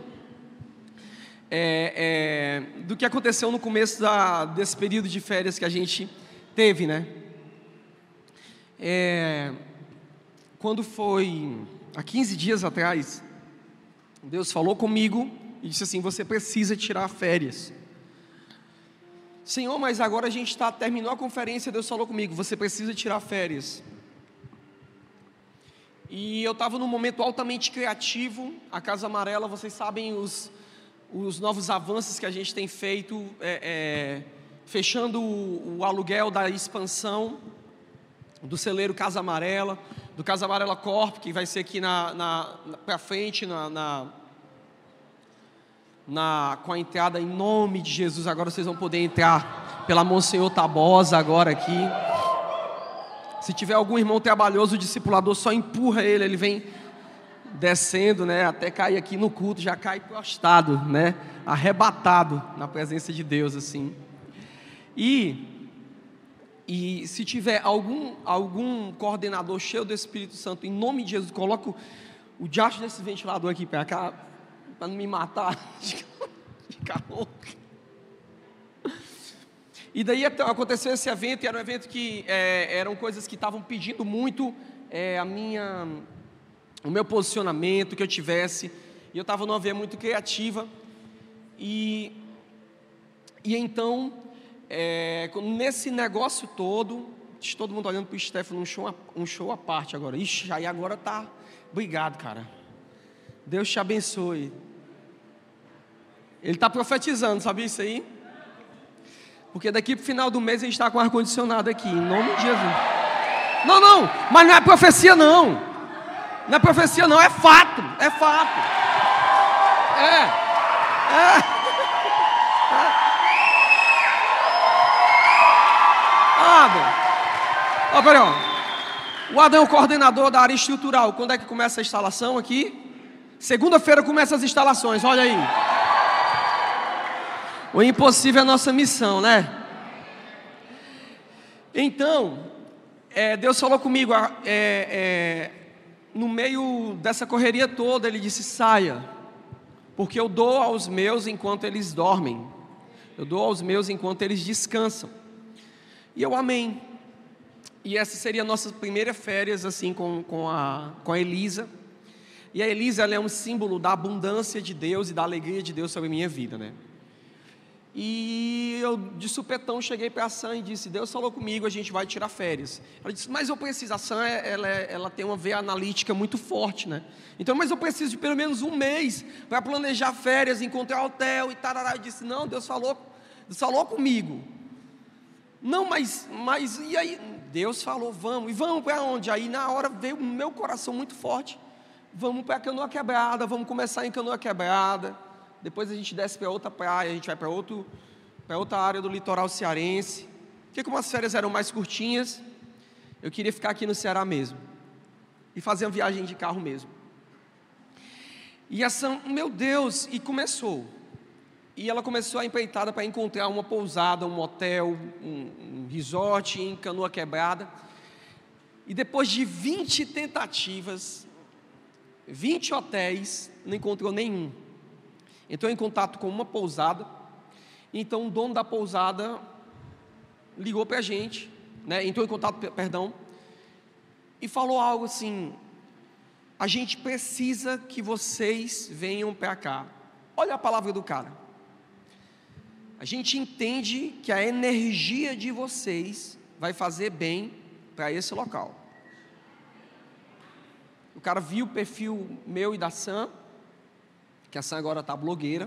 É, é, do que aconteceu no começo da, desse período de férias que a gente teve, né? É, quando foi há quinze dias atrás, Deus falou comigo e disse assim: você precisa tirar férias. Senhor, mas agora a gente está, terminou a conferência, Deus falou comigo: você precisa tirar férias. E eu estava num momento altamente criativo. A Casa Amarela, vocês sabem os, os novos avanços que a gente tem feito, é, é, fechando o, o aluguel da expansão do celeiro Casa Amarela, do Casa Amarela Corp, que vai ser aqui na, na, na, para frente, na, na, na, com a entrada em nome de Jesus. Agora vocês vão poder entrar pela Monsenhor Tabosa agora aqui. Se tiver algum irmão trabalhoso, o discipulador só empurra ele, ele vem descendo, né, até cair aqui no culto, já cai prostrado, né, arrebatado na presença de Deus, assim. E, e se tiver algum, algum coordenador cheio do Espírito Santo, em nome de Jesus, coloca o, o diacho desse ventilador aqui para cá, para não me matar de calor. E daí aconteceu esse evento, e era um evento que é, eram coisas que estavam pedindo muito é, a minha, o meu posicionamento, que eu tivesse, e eu estava numa veia muito criativa, e, e então, é, nesse negócio todo, todo mundo olhando para o Stefano, um show, um show à parte agora. Ixi, aí agora tá, obrigado, cara, Deus te abençoe. Ele está profetizando, sabia isso aí? Porque daqui para o final do mês a gente está com ar-condicionado aqui, em nome de Jesus. Não, não, mas não é profecia não. Não é profecia não, é fato, é fato. É, é. é. Adam, ó, peraí, ó. O Adam é o coordenador da área estrutural. Quando é que começa a instalação aqui? Segunda-feira começa as instalações, olha aí. O impossível é a nossa missão, né? Então, é, Deus falou comigo, é, é, no meio dessa correria toda, Ele disse: saia, porque eu dou aos meus enquanto eles dormem, eu dou aos meus enquanto eles descansam. E eu amém. E essa seria a nossa primeira férias, assim, com, com, a, com a Elisa. E a Elisa, ela é um símbolo da abundância de Deus e da alegria de Deus sobre a minha vida, né? E eu de supetão cheguei para a Sam e disse: Deus falou comigo, a gente vai tirar férias. Ela disse: mas eu preciso, a Sam ela, ela tem uma veia analítica muito forte, né? Então, mas eu preciso de pelo menos um mês para planejar férias, encontrar hotel e tarará. Eu disse: não, Deus falou, Deus falou comigo. Não, mas, mas e aí? Deus falou: vamos. E vamos para onde? Aí na hora veio o meu coração muito forte: vamos para a Canoa Quebrada, vamos começar em Canoa Quebrada. Depois a gente desce para outra praia, a gente vai para outro, para outra área do litoral cearense. Porque como as férias eram mais curtinhas, eu queria ficar aqui no Ceará mesmo. E fazer uma viagem de carro mesmo. E essa, meu Deus, e começou. E ela começou a empreitada para encontrar uma pousada, um motel, um, um resort em Canoa Quebrada. E depois de vinte tentativas, vinte hotéis, não encontrou nenhum. Entrou em contato com uma pousada. Então o dono da pousada ligou para a gente, né? Entrou em contato, perdão, e falou algo assim: a gente precisa que vocês venham para cá. Olha a palavra do cara. A gente entende que a energia de vocês vai fazer bem para esse local. O cara viu o perfil meu e da Sam, que a Sam agora está blogueira.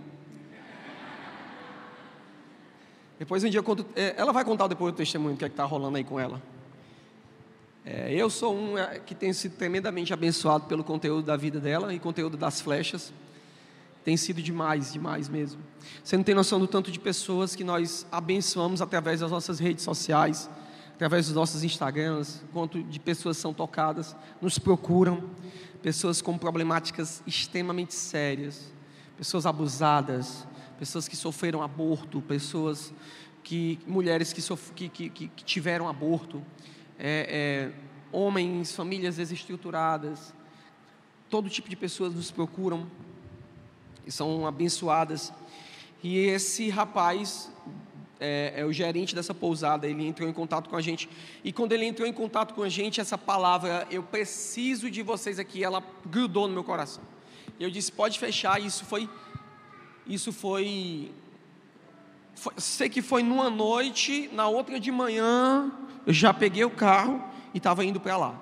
Depois um dia eu conto, ela vai contar depois o testemunho, o que é que está rolando aí com ela. É, eu sou um é, que tem sido tremendamente abençoado pelo conteúdo da vida dela e conteúdo das flechas. Tem sido demais, demais mesmo. Você não tem noção do tanto de pessoas que nós abençoamos através das nossas redes sociais, através dos nossos Instagrams, quanto de pessoas são tocadas, nos procuram, pessoas com problemáticas extremamente sérias, pessoas abusadas, pessoas que sofreram aborto, pessoas que, mulheres que, sof, que, que, que tiveram aborto, é, é, homens, famílias desestruturadas, todo tipo de pessoas nos procuram e são abençoadas. E esse rapaz é, é o gerente dessa pousada, ele entrou em contato com a gente, e quando ele entrou em contato com a gente, essa palavra, eu preciso de vocês aqui, ela grudou no meu coração. E eu disse, pode fechar. Isso foi, isso foi, foi sei que foi numa noite, na outra de manhã, eu já peguei o carro e estava indo para lá.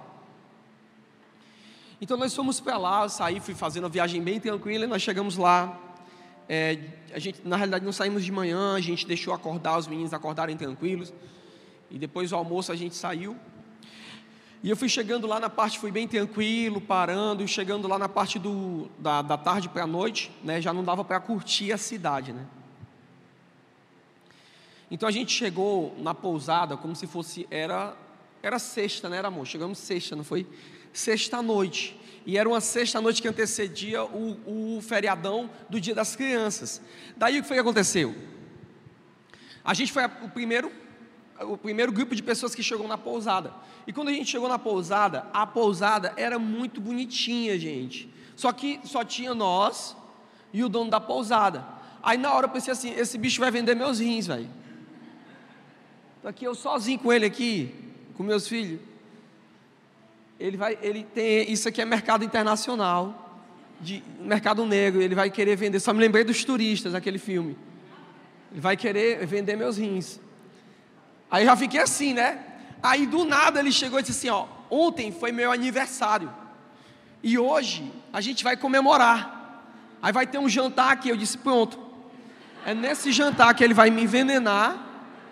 Então nós fomos para lá, eu saí, fui fazendo uma viagem bem tranquila, e nós chegamos lá. É, a gente, na realidade, não saímos de manhã, a gente deixou acordar, os meninos acordarem tranquilos, e depois do almoço a gente saiu. E eu fui chegando lá na parte, fui bem tranquilo, parando, e chegando lá na parte do, da, da tarde para a noite, né, já não dava para curtir a cidade, né? Então a gente chegou na pousada como se fosse, era, era sexta, né, amor? Chegamos sexta, não foi? Sexta-noite, e era uma sexta-noite que antecedia o, o feriadão do Dia das Crianças. Daí o que foi que aconteceu? A gente foi a, o, primeiro, o primeiro grupo de pessoas que chegou na pousada, e quando a gente chegou na pousada, a pousada era muito bonitinha, gente, só que só tinha nós e o dono da pousada. Aí na hora eu pensei assim, esse bicho vai vender meus rins, velho. Tô aqui eu sozinho com ele aqui, com meus filhos. Ele vai, ele tem, isso aqui é mercado internacional, de, mercado negro, ele vai querer vender, só me lembrei dos turistas, aquele filme, ele vai querer vender meus rins. Aí já fiquei assim, né? Aí do nada ele chegou e disse assim, ó, ontem foi meu aniversário, e hoje a gente vai comemorar, aí vai ter um jantar aqui. Eu disse, pronto, é nesse jantar que ele vai me envenenar,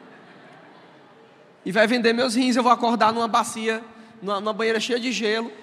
e vai vender meus rins, eu vou acordar numa bacia, numa banheira cheia de gelo,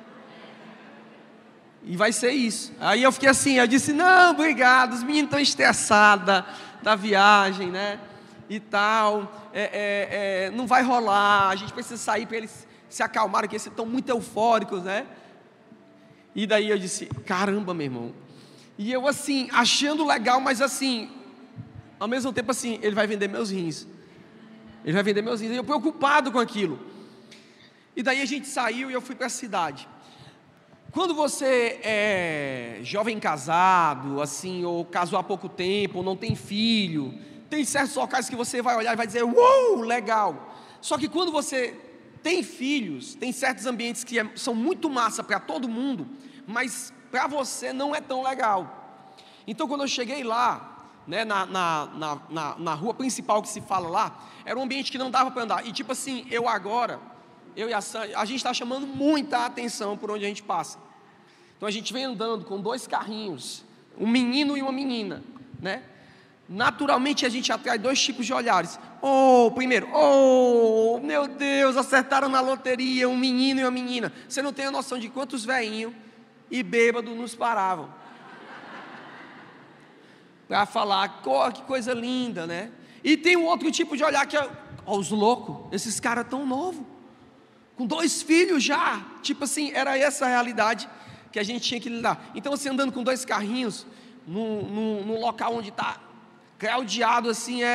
e vai ser isso. Aí eu fiquei assim, eu disse, não, obrigado, os meninos estão estressados da, da viagem, né, e tal, é, é, é, não vai rolar, a gente precisa sair para eles se acalmarem, porque eles estão muito eufóricos, né. E daí eu disse, caramba, meu irmão, e eu assim, achando legal, mas assim, ao mesmo tempo assim, ele vai vender meus rins, ele vai vender meus rins, e eu preocupado com aquilo. E daí a gente saiu e eu fui para a cidade. Quando você é jovem casado, assim, ou casou há pouco tempo, ou não tem filho, tem certos locais que você vai olhar e vai dizer, uou, legal. Só que quando você tem filhos, tem certos ambientes que é, são muito massa para todo mundo, mas para você não é tão legal. Então quando eu cheguei lá, né, na, na, na, na, na rua principal que se fala lá, era um ambiente que não dava para andar. E tipo assim, eu agora... eu e a Sam, a gente está chamando muita atenção por onde a gente passa. Então a gente vem andando com dois carrinhos, um menino e uma menina, né? Naturalmente a gente atrai dois tipos de olhares. Oh, primeiro, oh, meu Deus, acertaram na loteria, um menino e uma menina. Você não tem a noção de quantos velhinhos e bêbados nos paravam para falar, oh, que coisa linda, né? E tem um outro tipo de olhar que é, oh, os loucos, esses caras tão novos, com dois filhos já, tipo assim, era essa a realidade que a gente tinha que lidar. Então você andando com dois carrinhos, num, num, num local onde está craudiado assim, é,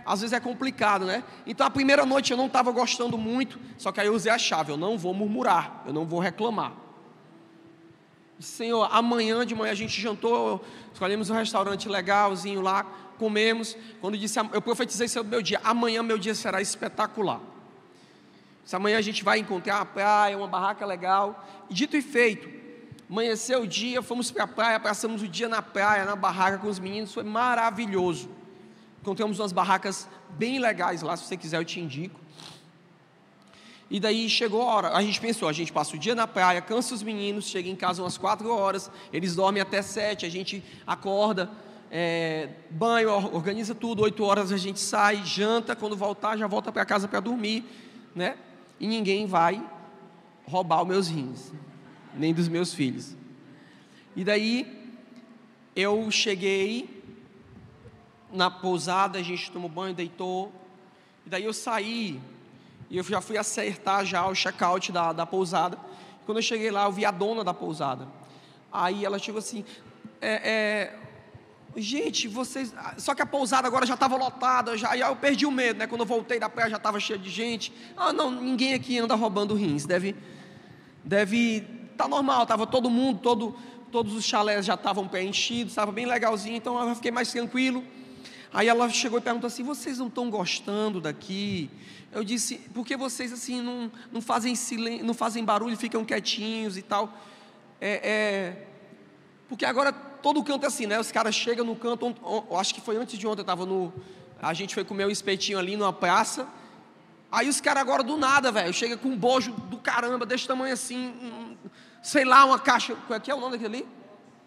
às vezes é complicado, né? Então a primeira noite eu não estava gostando muito, só que aí eu usei a chave, eu não vou murmurar, eu não vou reclamar. Senhor, amanhã de manhã a gente jantou, escolhemos um restaurante legalzinho lá, comemos. Quando disse, eu profetizei sobre o meu dia, amanhã meu dia será espetacular. Se amanhã a gente vai encontrar uma praia, uma barraca legal. E dito e feito, amanheceu o dia, fomos para a praia, passamos o dia na praia, na barraca com os meninos, foi maravilhoso. Encontramos umas barracas bem legais lá, se você quiser eu te indico. E daí chegou a hora, a gente pensou, a gente passa o dia na praia, cansa os meninos, chega em casa umas quatro horas, eles dormem até sete, a gente acorda, é, banho, organiza tudo, oito horas a gente sai, janta, quando voltar já volta para casa para dormir, né? E ninguém vai roubar os meus rins, nem dos meus filhos. E daí eu cheguei na pousada, a gente tomou banho, deitou, e daí eu saí, e eu já fui acertar já o check-out da, da pousada. Quando eu cheguei lá, eu vi a dona da pousada. Aí ela chegou assim, é, é, gente, vocês... Só que a pousada agora já estava lotada, já, aí eu perdi o medo, né? Quando eu voltei da praia já estava cheio de gente. Ah, não, ninguém aqui anda roubando rins, deve... Deve... Tá normal, estava todo mundo, todo, todos os chalés já estavam preenchidos, estava bem legalzinho, então eu fiquei mais tranquilo. Aí ela chegou e perguntou assim, vocês não estão gostando daqui? Eu disse, por que vocês assim não, não, fazem silêncio, não fazem barulho, ficam quietinhos e tal? É, é, porque agora todo canto é assim, né? Os caras chegam no canto, eu acho que foi antes de ontem, eu estava no... A gente foi comer um espetinho ali numa praça. Aí os caras agora do nada, velho, chega com um bojo do caramba, desse tamanho assim, um, sei lá, uma caixa... Qual é que é o nome daquele ali?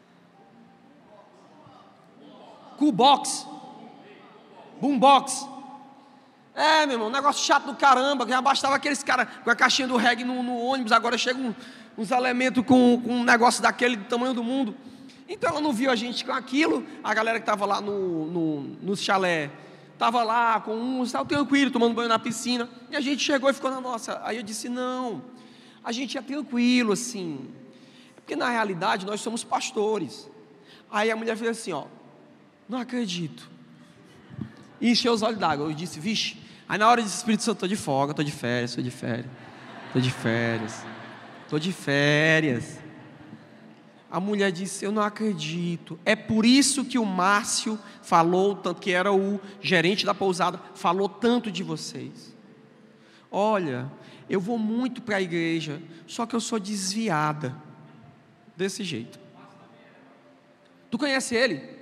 Coolbox. Boombox. É, meu irmão, um negócio chato do caramba, já bastava aqueles caras com a caixinha do reggae no, no ônibus, agora chegam uns elementos com, com um negócio daquele do tamanho do mundo. Então ela não viu a gente com aquilo, a galera que estava lá no, no, no chalé, estava lá com uns, estava tranquilo, tomando banho na piscina, e a gente chegou e ficou na nossa. Aí eu disse, não, a gente é tranquilo assim, porque na realidade nós somos pastores. Aí a mulher fez assim, ó, não acredito. E encheu os olhos d'água. Eu disse, vixe. Aí na hora eu disse, Espírito Santo, estou de folga, estou de férias, estou de férias, estou de férias, estou de férias. A mulher disse, eu não acredito. É por isso que o Márcio falou, tanto que era o gerente da pousada, falou tanto de vocês. Olha, eu vou muito para a igreja, só que eu sou desviada. Desse jeito. Tu conhece ele?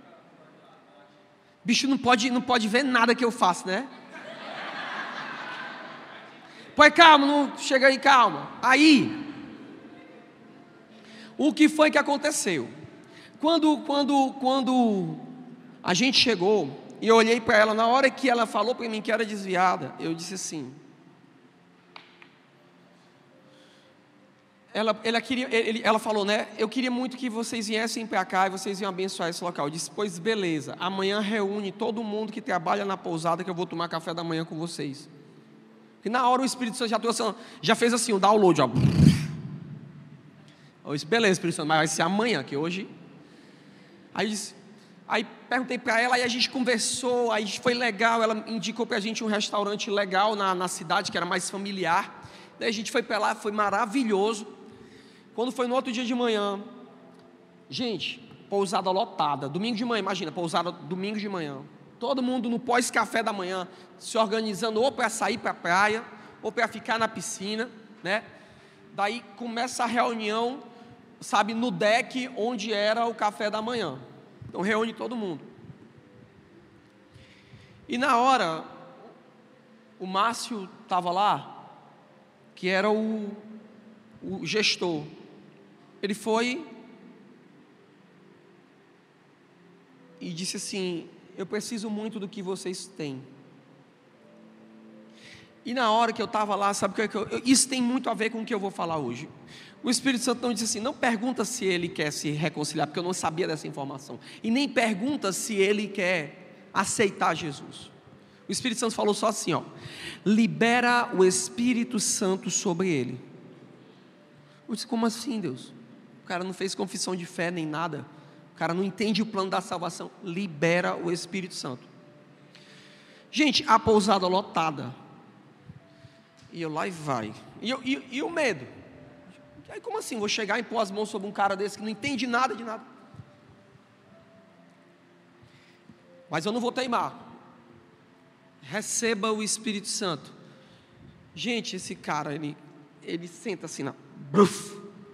Bicho não pode, não pode ver nada que eu faço, né? Pois calma, não, chega aí, calma. Aí, o que foi que aconteceu? Quando, quando, quando a gente chegou, e eu olhei para ela, na hora que ela falou para mim que era desviada, eu disse assim... Ela, ela, queria, ele, ela falou, né? Eu queria muito que vocês viessem para cá e vocês iam abençoar esse local. Eu disse, pois beleza, amanhã reúne todo mundo que trabalha na pousada que eu vou tomar café da manhã com vocês. E na hora o Espírito Santo já, trouxe, já fez assim, um download, ó. Eu disse, beleza, Espírito Santo, mas vai ser amanhã, que hoje... Aí, eu disse, aí perguntei para ela, aí a gente conversou, aí foi legal, ela indicou para a gente um restaurante legal na, na cidade, que era mais familiar. Daí a gente foi para lá, foi maravilhoso. Quando foi no outro dia de manhã, gente, pousada lotada, domingo de manhã, imagina, pousada domingo de manhã, todo mundo no pós-café da manhã, se organizando ou para sair para a praia, ou para ficar na piscina, né? Daí começa a reunião, sabe, no deck onde era o café da manhã. Então reúne todo mundo. E na hora, o Márcio estava lá, que era o, o gestor. Ele foi e disse assim, eu preciso muito do que vocês têm. E na hora que eu estava lá, sabe o que eu, isso tem muito a ver com o que eu vou falar hoje. O Espírito Santo não disse assim, não pergunta se ele quer se reconciliar, porque eu não sabia dessa informação. E nem pergunta se ele quer aceitar Jesus. O Espírito Santo falou só assim, ó, libera o Espírito Santo sobre ele. Eu disse, como assim, Deus? O cara não fez confissão de fé nem nada. O cara não entende o plano da salvação. Libera o Espírito Santo. Gente, a pousada lotada. E eu lá e vai. E, eu, e, e o medo? Aí como assim? Vou chegar e pôr as mãos sobre um cara desse que não entende nada de nada. Mas eu não vou teimar. Receba o Espírito Santo. Gente, esse cara, ele, ele senta assim na... Bruf,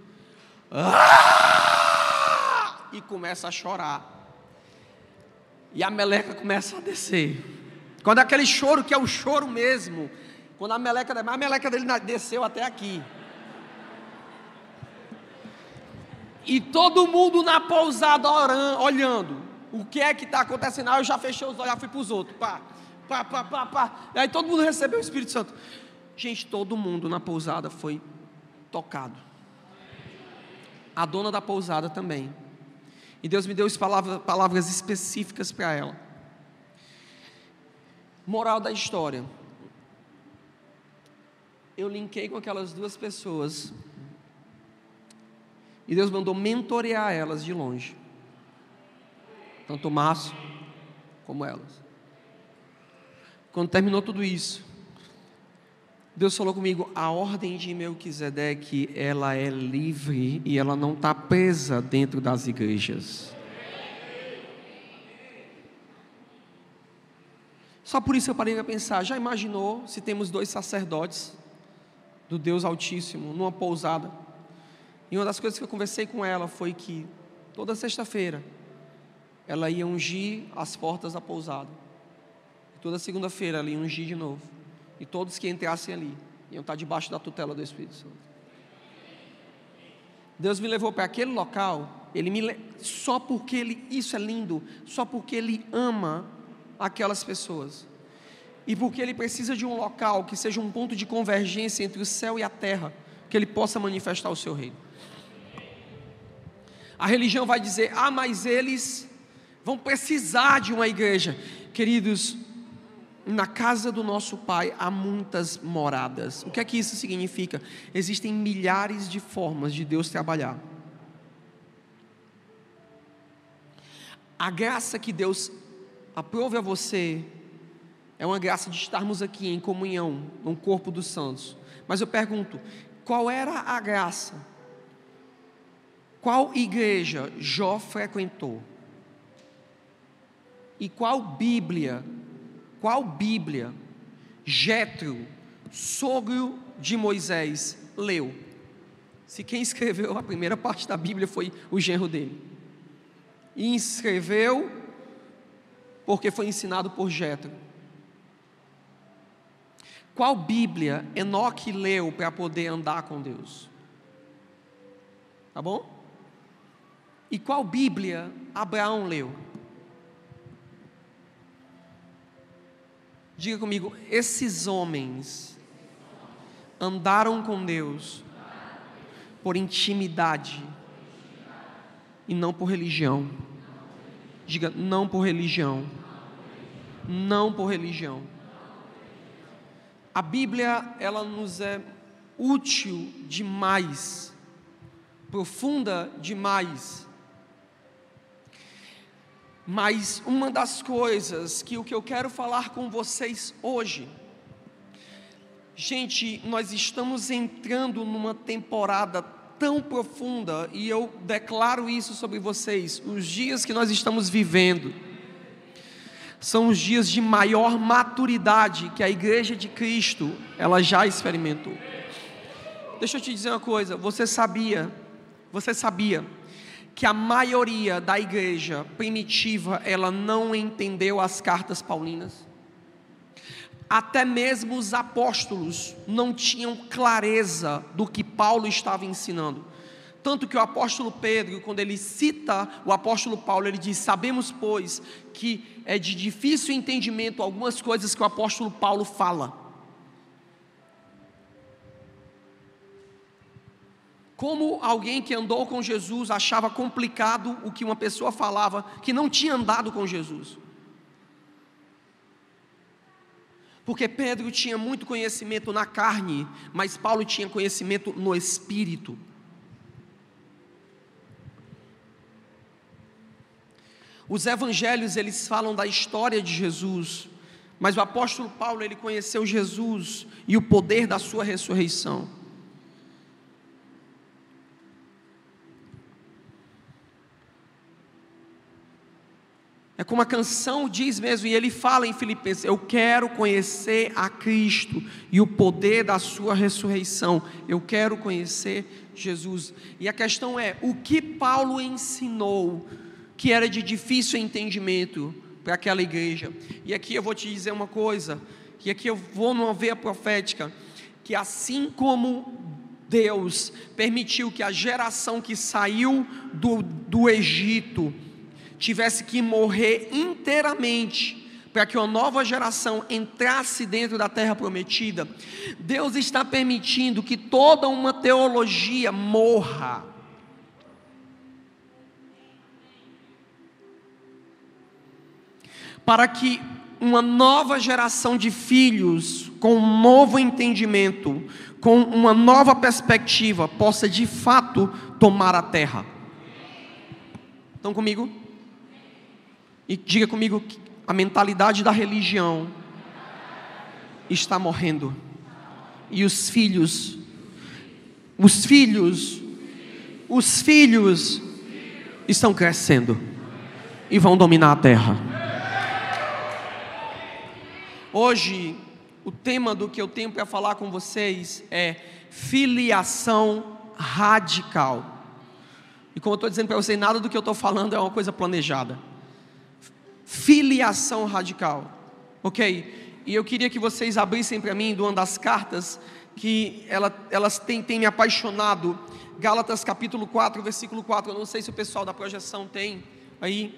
ah! E começa a chorar. E a meleca começa a descer. Quando é aquele choro que é o choro mesmo. Quando a meleca, a meleca dele desceu até aqui. E todo mundo na pousada orando, olhando. O que é que está acontecendo? Aí eu já fechei os olhos, já fui para os outros. Pá, pá, pá, pá, pá. Aí todo mundo recebeu o Espírito Santo. Gente, todo mundo na pousada foi tocado. A dona da pousada também. E Deus me deu palavras, palavras específicas para ela. Moral da história. Eu linkei com aquelas duas pessoas. E Deus mandou mentorear elas de longe. Tanto o Márcio como elas. Quando terminou tudo isso, Deus falou comigo: a ordem de Melquisedeque, ela é livre e ela não está presa dentro das igrejas. Só por isso eu parei para pensar. Já imaginou se temos dois sacerdotes do Deus Altíssimo numa pousada? E uma das coisas que eu conversei com ela foi que toda sexta-feira ela ia ungir as portas da pousada. E toda segunda-feira ela ia ungir de novo. E todos que entrassem ali iam estar debaixo da tutela do Espírito Santo. Deus me levou para aquele local. Ele me le... só porque ele, isso é lindo, só porque Ele ama aquelas pessoas. E porque Ele precisa de um local que seja um ponto de convergência entre o céu e a terra, que Ele possa manifestar o seu reino. A religião vai dizer: ah, mas eles vão precisar de uma igreja. Queridos, na casa do nosso Pai há muitas moradas. O que é que isso significa? Existem milhares de formas de Deus trabalhar. A graça que Deus aprove a você é uma graça de estarmos aqui em comunhão, no corpo dos santos. Mas eu pergunto, qual era a graça? Qual igreja Jó frequentou? E qual Bíblia, qual Bíblia Jétro, sogro de Moisés, leu? Se quem escreveu a primeira parte da Bíblia foi o genro dele. E escreveu porque foi ensinado por Jétro. Qual Bíblia Enoque leu para poder andar com Deus? Tá bom? E qual Bíblia Abraão leu? Diga comigo: esses homens andaram com Deus por intimidade e não por religião. Diga: não por religião. Não por religião. A Bíblia, ela nos é útil demais, profunda demais. Mas uma das coisas que o que eu quero falar com vocês hoje, gente, nós estamos entrando numa temporada tão profunda, e eu declaro isso sobre vocês: os dias que nós estamos vivendo são os dias de maior maturidade que a igreja de Cristo ela já experimentou. Deixa eu te dizer uma coisa, você sabia, você sabia que a maioria da igreja primitiva, ela não entendeu as cartas paulinas? Até mesmo os apóstolos não tinham clareza do que Paulo estava ensinando. Tanto que o apóstolo Pedro, quando ele cita o apóstolo Paulo, ele diz: sabemos, pois, que é de difícil entendimento algumas coisas que o apóstolo Paulo fala. Como alguém que andou com Jesus achava complicado o que uma pessoa falava que não tinha andado com Jesus? Porque Pedro tinha muito conhecimento na carne, mas Paulo tinha conhecimento no Espírito. Os evangelhos, eles falam da história de Jesus, Mas o apóstolo Paulo, ele conheceu Jesus e o poder da sua ressurreição. É como a canção diz mesmo, e ele fala em Filipenses: eu quero conhecer a Cristo e o poder da sua ressurreição. Eu quero conhecer Jesus. E a questão é, o que Paulo ensinou que era de difícil entendimento para aquela igreja? E aqui eu vou te dizer uma coisa, que aqui eu vou numa veia profética, que assim como Deus permitiu que a geração que saiu do, do Egito tivesse que morrer inteiramente para que uma nova geração entrasse dentro da terra prometida, Deus está permitindo que toda uma teologia morra, para que uma nova geração de filhos com um novo entendimento, com uma nova perspectiva, possa de fato tomar a terra. Estão comigo? E diga comigo que a mentalidade da religião está morrendo. E os filhos, os filhos, os filhos estão crescendo e vão dominar a terra. Hoje, o tema do que eu tenho para falar com vocês é filiação radical. E como eu estou dizendo para vocês, nada do que eu estou falando é uma coisa planejada. Filiação radical, ok? E eu queria que vocês abrissem para mim de uma das cartas que ela, elas têm, têm me apaixonado, Gálatas capítulo quatro, versículo quatro. Eu não sei se o pessoal da projeção tem aí.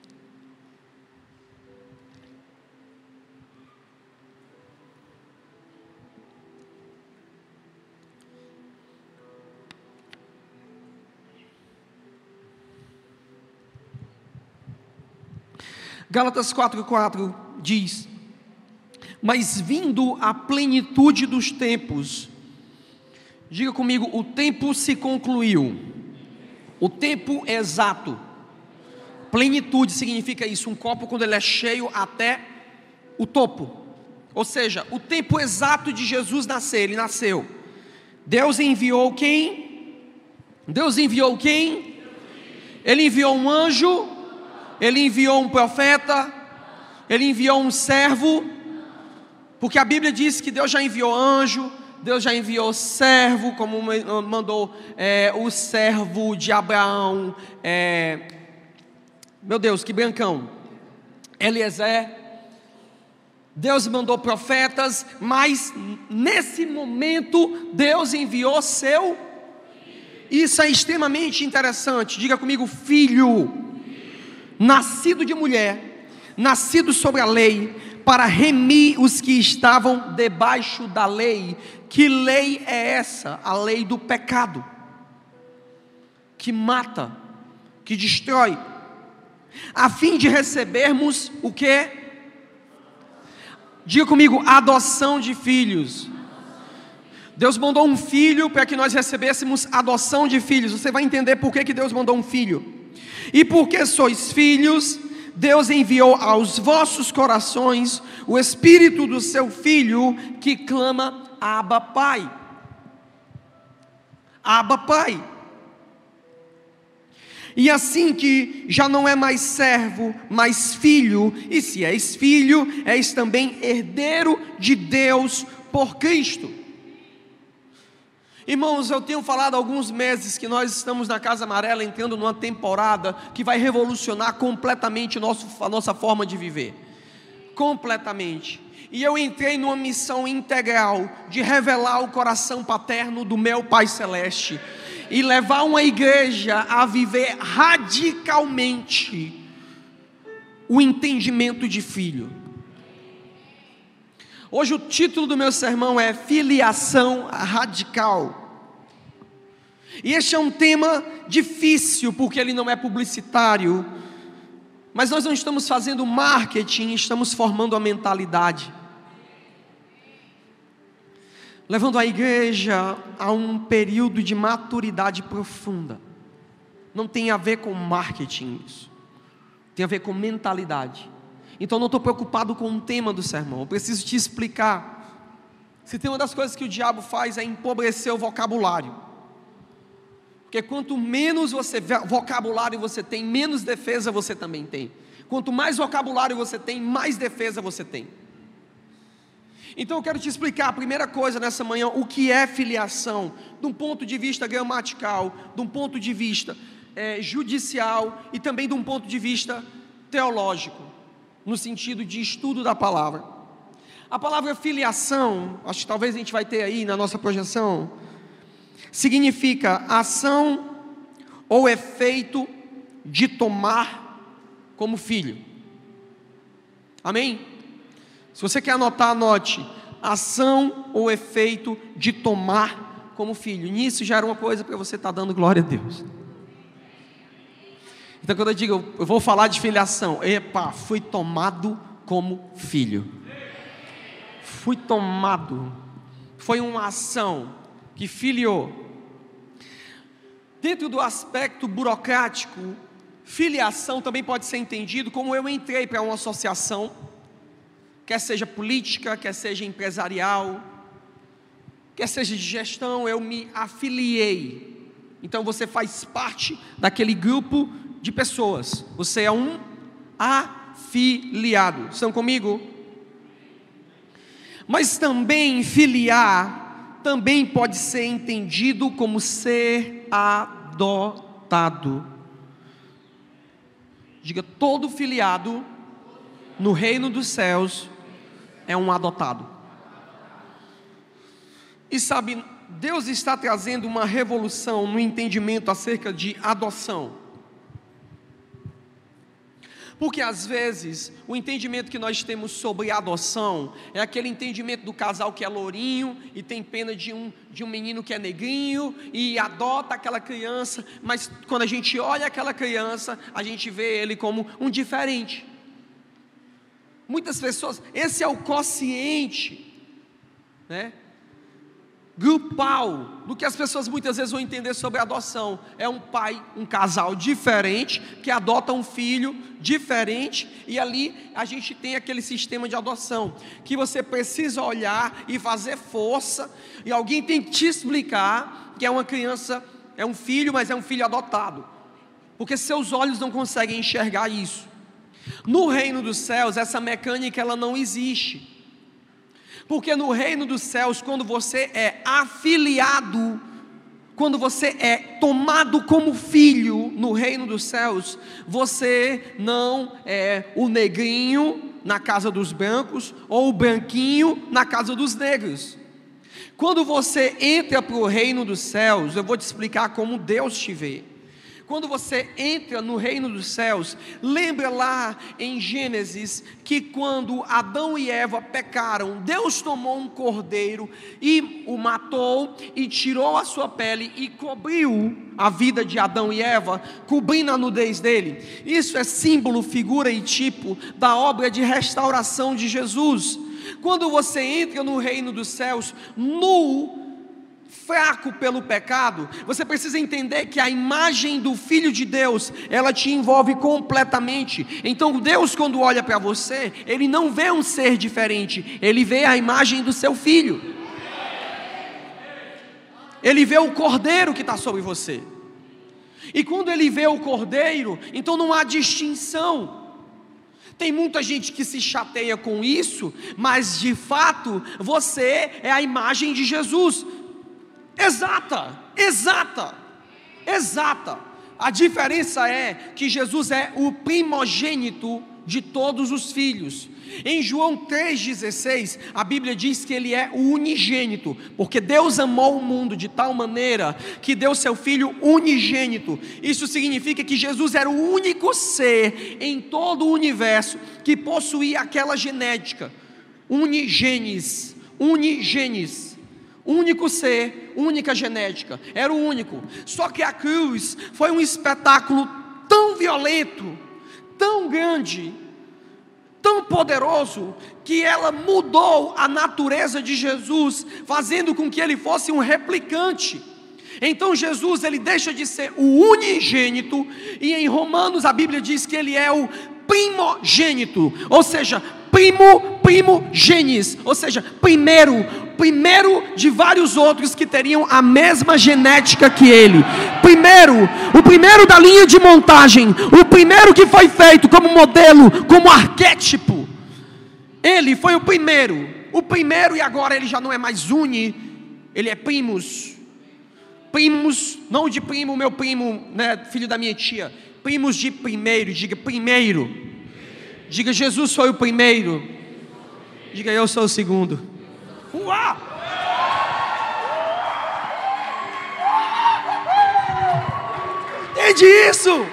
Gálatas quatro, quatro diz: mas vindo a plenitude dos tempos, diga comigo, o tempo se concluiu, o tempo exato. Plenitude significa isso, um copo quando ele é cheio até o topo, ou seja, o tempo exato de Jesus nascer, ele nasceu. Deus enviou quem? Deus enviou quem? Ele enviou um anjo, ele enviou um profeta, ele enviou um servo, porque a Bíblia diz que Deus já enviou anjo, Deus já enviou servo, como mandou é, o servo de Abraão, é, meu Deus, que brancão, Eliezer. Deus mandou profetas, mas nesse momento Deus enviou seu. Isso é extremamente interessante. Diga comigo, filho, nascido de mulher, nascido sobre a lei, para remir os que estavam debaixo da lei. Que lei é essa? A lei do pecado, que mata, que destrói, a fim de recebermos o que? Diga comigo, adoção de filhos. Deus mandou um filho para que nós recebêssemos adoção de filhos. Você vai entender por que, que Deus mandou um filho. E porque sois filhos, Deus enviou aos vossos corações o Espírito do seu Filho, que clama, Abba Pai. Abba Pai. E assim que já não é mais servo, mas filho, e se és filho, és também herdeiro de Deus por Cristo. Irmãos, eu tenho falado há alguns meses que nós estamos na Casa Amarela entrando numa temporada que vai revolucionar completamente nosso, a nossa forma de viver. Completamente. E eu entrei numa missão integral de revelar o coração paterno do meu Pai Celeste e levar uma igreja a viver radicalmente o entendimento de filho. Hoje o título do meu sermão é Filiação Radical. E este é um tema difícil, porque ele não é publicitário, mas nós não estamos fazendo marketing, estamos formando a mentalidade, levando a igreja a um período de maturidade profunda. Não tem a ver com marketing isso, tem a ver com mentalidade. Então não estou preocupado com o tema do sermão. Eu preciso te explicar. Se tem uma das coisas que o diabo faz é empobrecer o vocabulário. Porque quanto menos você, vocabulário você tem, menos defesa você também tem. Quanto mais vocabulário você tem, mais defesa você tem. Então eu quero te explicar a primeira coisa nessa manhã, o que é filiação, de um ponto de vista gramatical, de um ponto de vista é, judicial e também de um ponto de vista teológico, no sentido de estudo da palavra. A palavra filiação, acho que talvez a gente vai ter aí na nossa projeção, significa ação ou efeito de tomar como filho. Amém? Se você quer anotar, anote. Ação ou efeito de tomar como filho. Nisso já era uma coisa para você estar dando glória a Deus. Então quando eu digo, eu vou falar de filiação, epa, fui tomado como filho. Fui tomado. Foi uma ação que filiou. Dentro do aspecto burocrático, filiação também pode ser entendido como eu entrei para uma associação, quer seja política, quer seja empresarial, quer seja de gestão, eu me afiliei. Então você faz parte daquele grupo de pessoas, você é um afiliado. Estão comigo? Mas também filiar, também pode ser entendido como ser adotado. Diga, todo filiado no reino dos céus é um adotado. E sabe, Deus está trazendo uma revolução no entendimento acerca de adoção. Porque às vezes o entendimento que nós temos sobre adoção é aquele entendimento do casal que é lourinho e tem pena de um, de um menino que é negrinho e adota aquela criança, mas quando a gente olha aquela criança, a gente vê ele como um diferente. Muitas pessoas, esse é o quociente, né, grupal, do que as pessoas muitas vezes vão entender sobre adoção. É um pai, um casal diferente, que adota um filho diferente, e ali a gente tem aquele sistema de adoção, que você precisa olhar e fazer força, e alguém tem que te explicar que é uma criança, é um filho, mas é um filho adotado, porque seus olhos não conseguem enxergar isso. No reino dos céus, essa mecânica ela não existe. Porque no reino dos céus, quando você é afiliado, quando você é tomado como filho no reino dos céus, você não é o negrinho na casa dos brancos, ou o branquinho na casa dos negros. Quando você entra para o reino dos céus, eu vou te explicar como Deus te vê. Quando você entra no reino dos céus, lembra lá em Gênesis, que quando Adão e Eva pecaram, Deus tomou um cordeiro e o matou, e tirou a sua pele e cobriu a vida de Adão e Eva, cobrindo a nudez dele. Isso é símbolo, figura e tipo da obra de restauração de Jesus. Quando você entra no reino dos céus, nu, fraco pelo pecado, você precisa entender que a imagem do Filho de Deus, ela te envolve completamente. Então Deus, quando olha para você, Ele não vê um ser diferente, Ele vê a imagem do seu Filho. Ele vê o Cordeiro que está sobre você. E quando Ele vê o Cordeiro, então não há distinção. Tem muita gente que se chateia com isso, mas de fato, você é a imagem de Jesus. Exata, exata, exata. A diferença é que Jesus é o primogênito de todos os filhos. Em João três dezesseis, a Bíblia diz que Ele é o unigênito, porque Deus amou o mundo de tal maneira que deu seu Filho unigênito. Isso significa que Jesus era o único ser em todo o universo que possuía aquela genética, unigenes, unigenes. Único ser, única genética, era o único. Só que a cruz foi um espetáculo tão violento, tão grande, tão poderoso, que ela mudou a natureza de Jesus, fazendo com que ele fosse um replicante. Então Jesus, ele deixa de ser o unigênito, e em Romanos a Bíblia diz que ele é o primogênito, ou seja, primo, primogênis, ou seja, primeiro, primeiro de vários outros que teriam a mesma genética que ele. Primeiro, o primeiro da linha de montagem, o primeiro que foi feito como modelo, como arquétipo. Ele foi o primeiro, o primeiro, e agora ele já não é mais uni, ele é primos. Primos, não de primo, meu primo, né, filho da minha tia. Primos de primeiro, diga primeiro. Diga, Jesus foi o primeiro. Diga, eu sou o segundo. Uau! Entende isso?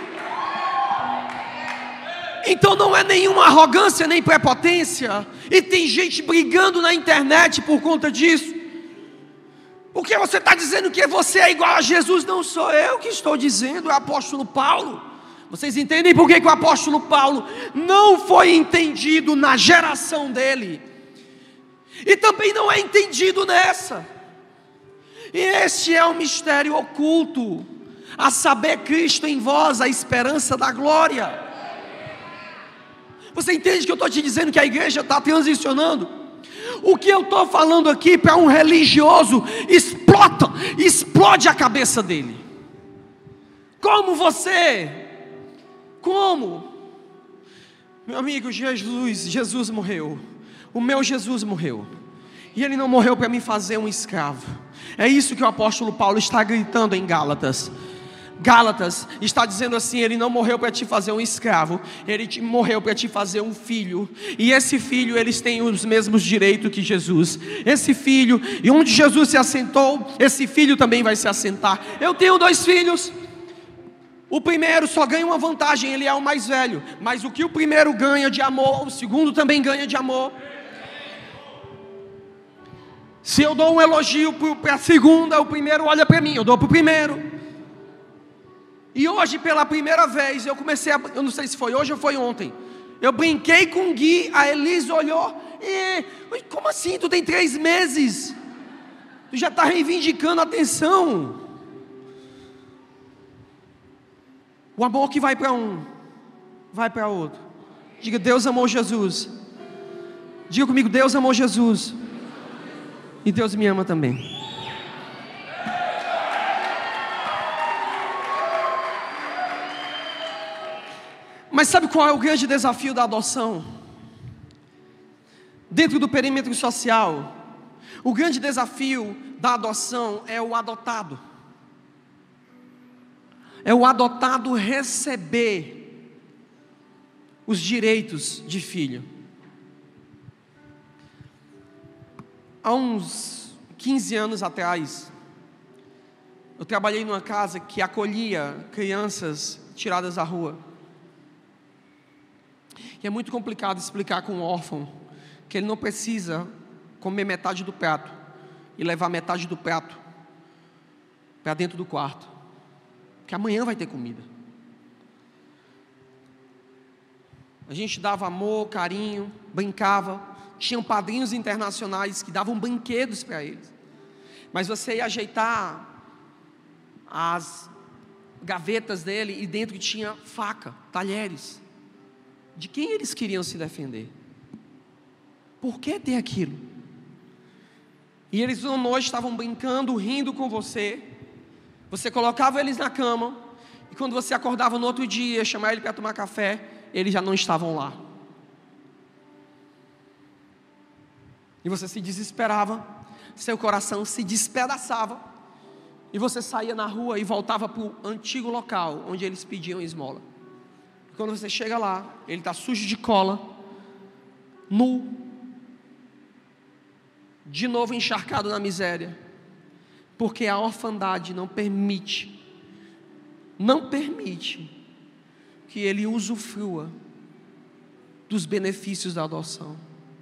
Então não é nenhuma arrogância nem prepotência. E tem gente brigando na internet por conta disso. Porque você está dizendo que você é igual a Jesus. Não sou eu que estou dizendo, é o apóstolo Paulo. Vocês entendem por que, que o apóstolo Paulo não foi entendido na geração dele? E também não é entendido nessa. E este é o mistério oculto, a saber, Cristo em vós, a esperança da glória. Você entende que eu estou te dizendo que a igreja está transicionando? O que eu estou falando aqui para um religioso explota, explode a cabeça dele. Como você? Como? Meu amigo, Jesus, Jesus morreu. O meu Jesus morreu. E Ele não morreu para me fazer um escravo. É isso que o apóstolo Paulo está gritando em Gálatas. Gálatas está dizendo assim: Ele não morreu para te fazer um escravo, Ele te, morreu para te fazer um filho. E esse filho, eles têm os mesmos direitos que Jesus. Esse filho, e onde Jesus se assentou, esse filho também vai se assentar. Eu tenho dois filhos. O primeiro só ganha uma vantagem, ele é o mais velho. Mas o que o primeiro ganha de amor, o segundo também ganha de amor. Se eu dou um elogio para a segunda, o primeiro olha para mim, eu dou para o primeiro. E hoje, pela primeira vez, eu comecei a... Eu não sei se foi hoje ou foi ontem. Eu brinquei com o Gui, a Elisa olhou. E, como assim? Tu tem três meses? Tu já está reivindicando a atenção. O amor que vai para um, vai para outro. Diga, Deus amou Jesus. Diga comigo, Deus amou Jesus. E Deus me ama também. Mas sabe qual é o grande desafio da adoção? Dentro do perímetro social, o grande desafio da adoção é o adotado. É o adotado receber os direitos de filho. Há uns quinze anos atrás, eu trabalhei numa casa que acolhia crianças tiradas da rua. E é muito complicado explicar com um órfão que ele não precisa comer metade do prato e levar metade do prato para dentro do quarto, que amanhã vai ter comida. A gente dava amor, carinho, brincava. Tinham padrinhos internacionais que davam brinquedos para eles. Mas você ia ajeitar as gavetas dele e dentro tinha faca, talheres. De quem eles queriam se defender? Por que ter aquilo? E eles uma noite estavam brincando, rindo com você. Você colocava eles na cama. E quando você acordava no outro dia, chamava ele para tomar café, eles já não estavam lá. E você se desesperava, seu coração se despedaçava. E você saía na rua e voltava para o antigo local onde eles pediam esmola. Quando você chega lá, ele está sujo de cola, nu, de novo encharcado na miséria, porque a orfandade não permite, não permite que ele usufrua dos benefícios da adoção.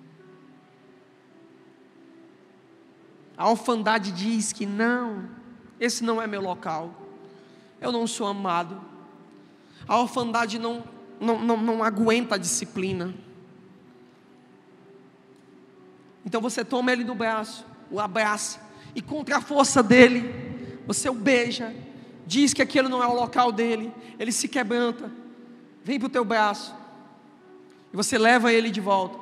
A orfandade diz que não, esse não é meu local, eu não sou amado. A orfandade não, não, não, não aguenta a disciplina. Então você toma ele no braço, o abraça, e contra a força dele, você o beija, diz que aquilo não é o local dele, ele se quebranta, vem para o teu braço, você leva ele de volta.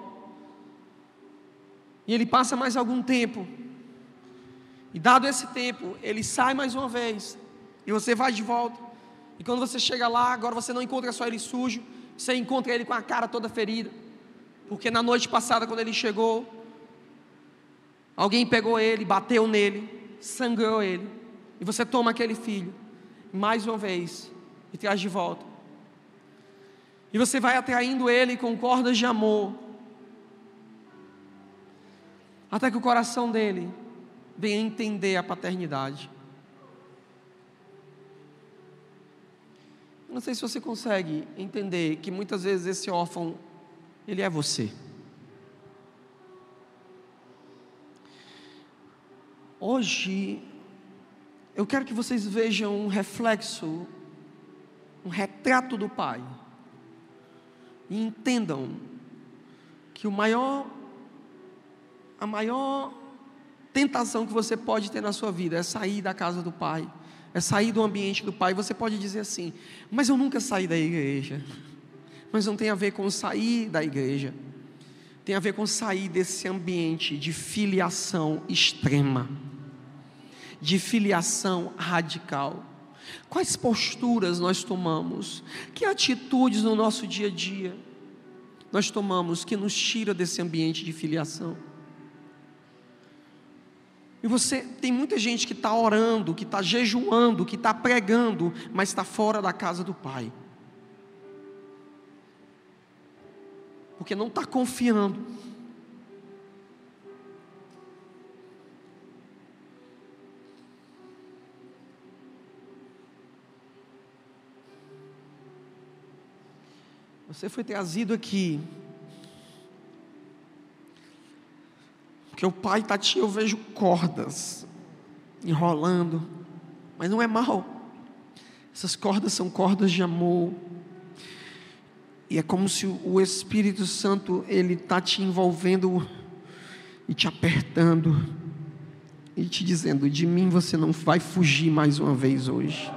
E ele passa mais algum tempo. E dado esse tempo, ele sai mais uma vez. E você vai de volta. E quando você chega lá, agora você não encontra só ele sujo, você encontra ele com a cara toda ferida. Porque na noite passada, quando ele chegou, alguém pegou ele, bateu nele, sangrou ele. E você toma aquele filho, mais uma vez, e traz de volta. E você vai atraindo ele com cordas de amor, até que o coração dele venha entender a paternidade. Não sei se você consegue entender que muitas vezes esse órfão, ele é você. Hoje, eu quero que vocês vejam um reflexo, um retrato do Pai. E entendam que o maior, a maior tentação que você pode ter na sua vida é sair da casa do Pai, é sair do ambiente do Pai. Você pode dizer assim: mas eu nunca saí da igreja. Mas não tem a ver com sair da igreja, tem a ver com sair desse ambiente de filiação extrema, de filiação radical. Quais posturas nós tomamos? Que atitudes no nosso dia a dia nós tomamos que nos tira desse ambiente de filiação? E você, tem muita gente que está orando, que está jejuando, que está pregando, mas está fora da casa do Pai, porque não está confiando. Você foi trazido aqui porque o Pai está te, eu vejo cordas enrolando, mas não é mal. Essas cordas são cordas de amor. E é como se o Espírito Santo, ele está te envolvendo e te apertando e te dizendo: de mim você não vai fugir mais uma vez hoje.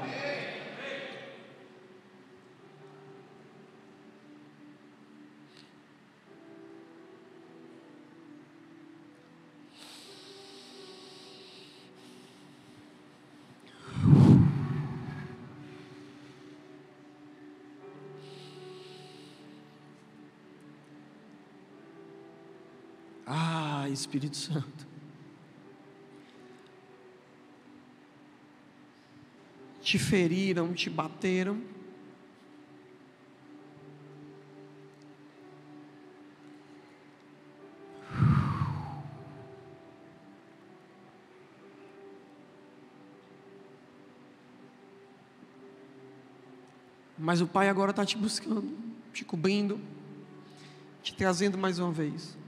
Ah, Espírito Santo, te feriram, te bateram, mas o Pai agora está te buscando, te cobrindo, te trazendo mais uma vez.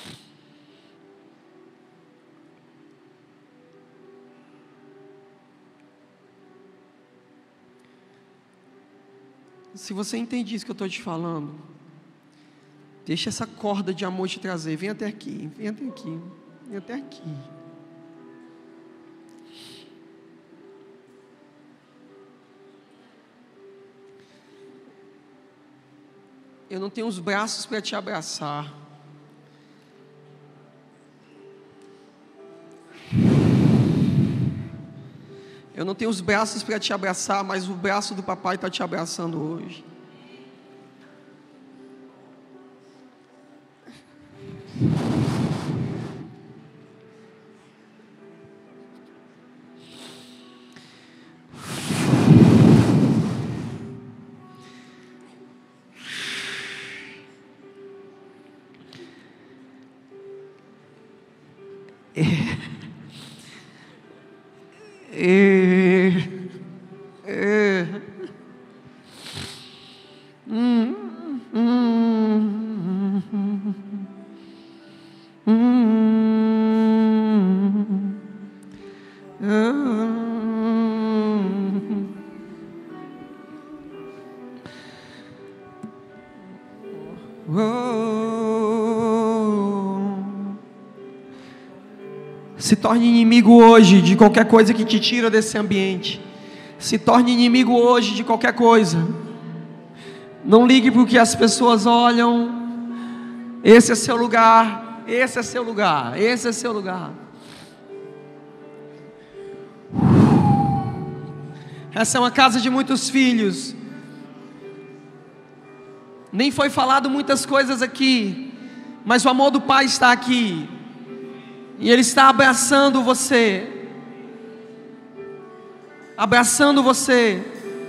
Se você entende isso que eu estou te falando, deixa essa corda de amor te trazer. Vem até aqui, vem até aqui, vem até aqui. Eu não tenho os braços para te abraçar. Eu não tenho os braços para te abraçar, mas o braço do papai está te abraçando hoje. É, é, hum, hum, hum, hum, hum, Se torne inimigo hoje de qualquer coisa que te tira desse ambiente. Se torne inimigo hoje de qualquer coisa. Não ligue para o que as pessoas olham. Esse é seu lugar. Esse é seu lugar. Esse é seu lugar. Essa é uma casa de muitos filhos. Nem foi falado muitas coisas aqui, mas o amor do Pai está aqui. E Ele está abraçando você. Abraçando você.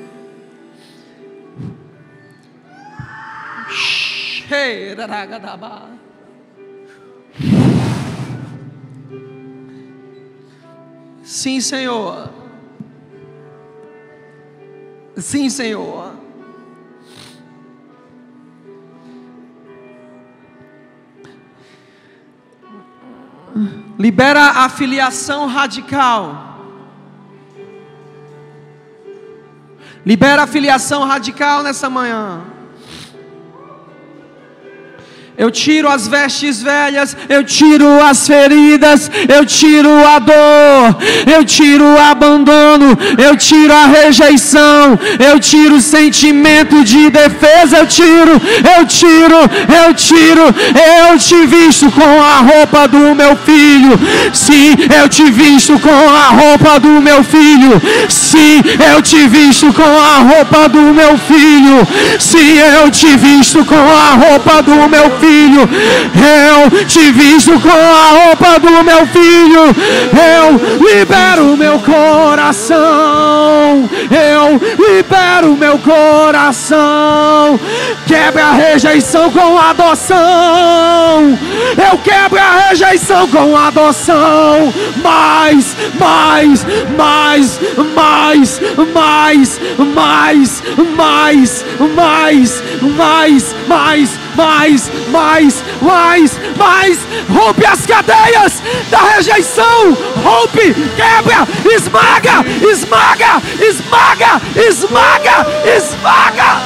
Sim, Senhor. Sim, Senhor. Libera a filiação radical. Libera a filiação radical nessa manhã. Eu tiro as vestes velhas, eu tiro as feridas, eu tiro a dor, eu tiro o abandono, eu tiro a rejeição, eu tiro o sentimento de defesa, eu tiro, eu tiro, eu tiro, eu te visto com a roupa do meu filho, sim, eu te visto com a roupa do meu filho, sim, eu te visto com a roupa do meu filho, sim, eu te visto com a roupa do meu filho. Filho, eu te visto com a roupa do meu filho, eu libero meu coração, eu libero meu coração, quebra a rejeição com adoção, eu quebro a rejeição com adoção, mais, mais, mais, mais, mais, mais, mais, mais, mais, mais, mais, mais, mais, mais, rompe as cadeias da rejeição, rompe, quebra, esmaga, esmaga, esmaga, esmaga, esmaga.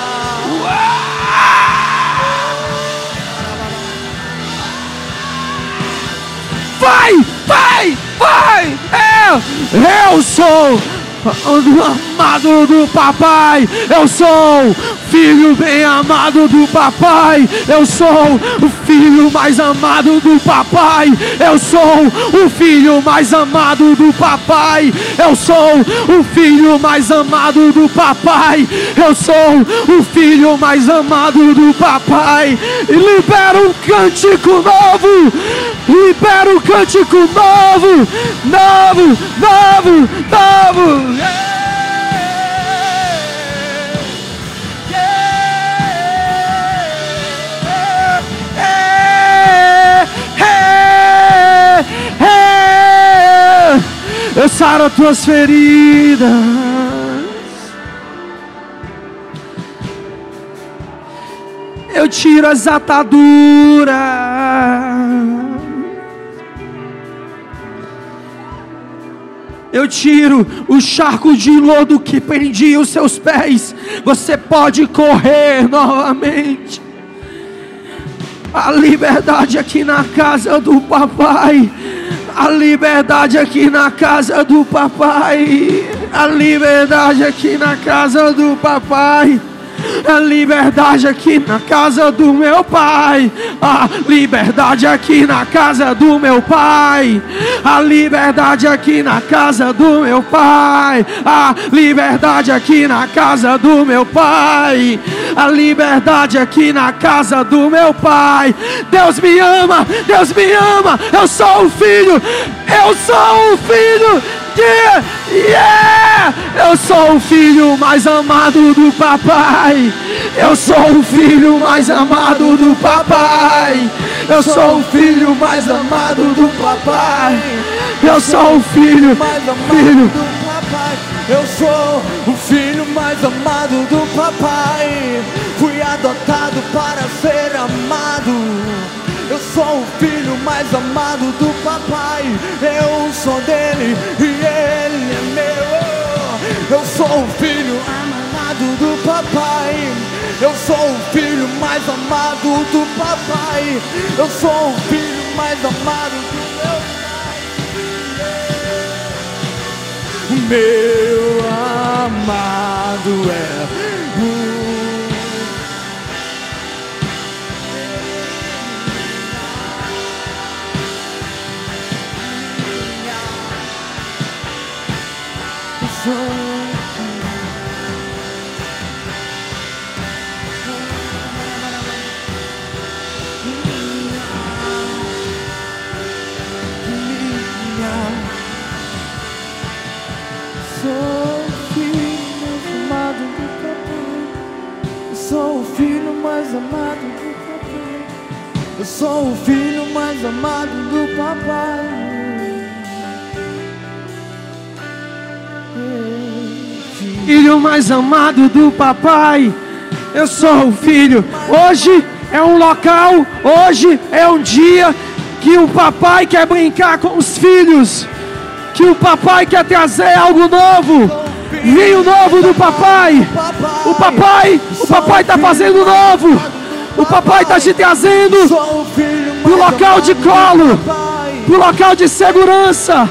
Vai, vai, vai, eu, eu sou amado do papai, eu sou filho bem amado do papai, eu sou o filho mais amado do papai, eu sou o filho mais amado do papai, eu sou o filho mais amado do papai, eu sou o filho mais amado do papai, e libera um cântico novo, libera um cântico novo, novo, novo, novo. Eu saro as tuas feridas, eu tiro as ataduras, eu tiro o charco de lodo que prendia os seus pés. Você pode correr novamente. A liberdade aqui na casa do papai. A liberdade aqui na casa do papai. A liberdade aqui na casa do papai. A liberdade aqui na casa do meu pai. A liberdade aqui na casa do meu pai. A liberdade aqui na casa do meu pai. A liberdade aqui na casa do meu pai. A liberdade aqui na casa do meu pai. Deus me ama, Deus me ama. Eu sou o filho, eu sou o filho. Yeah, yeah. Eu sou o filho mais amado do papai. Eu sou o filho mais amado do papai. Eu sou o filho mais amado do papai. Eu sou o filho mais amado do papai. Eu sou o filho mais amado do papai. Fui adotado para ser amado. Eu sou o filho mais amado do papai. Eu sou dele e ele é meu. Eu sou o filho amado do papai. Eu sou o filho mais amado do papai. Eu sou o filho mais amado do meu pai. Meu amado é o o filho mais amado do papai. Filho mais amado do papai. Eu sou o filho. Hoje é um local, hoje é um dia que o papai quer brincar com os filhos, que o papai quer trazer algo novo, vinho novo do papai. O papai, o papai está fazendo novo. O papai está te trazendo para o local de colo, para o local de segurança.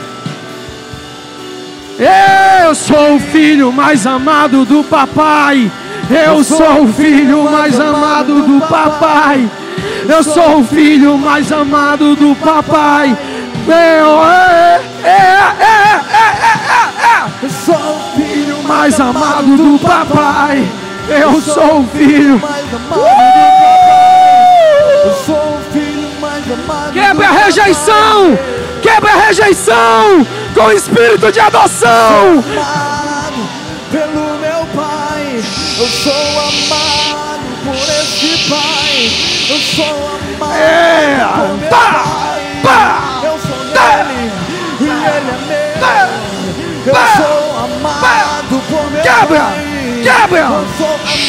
Eu sou o filho mais amado do papai. Eu sou o filho mais amado do papai. Eu sou o filho mais amado do papai. Eu é, é, é, é, é. Eu sou o filho mais amado do papai. Eu sou o filho mais amado do papai. Eu sou o filho mais amado. Quebra a rejeição. Quebra a rejeição com o espírito de adoção. Amado pelo meu pai. Eu sou amado por esse pai. Eu sou amado É. por meu Pá, pai. pá, Eu sou tá, dele e ele é meu. tá, Eu pá, sou amado por meu Quebra, pai. quebra. Eu sou amado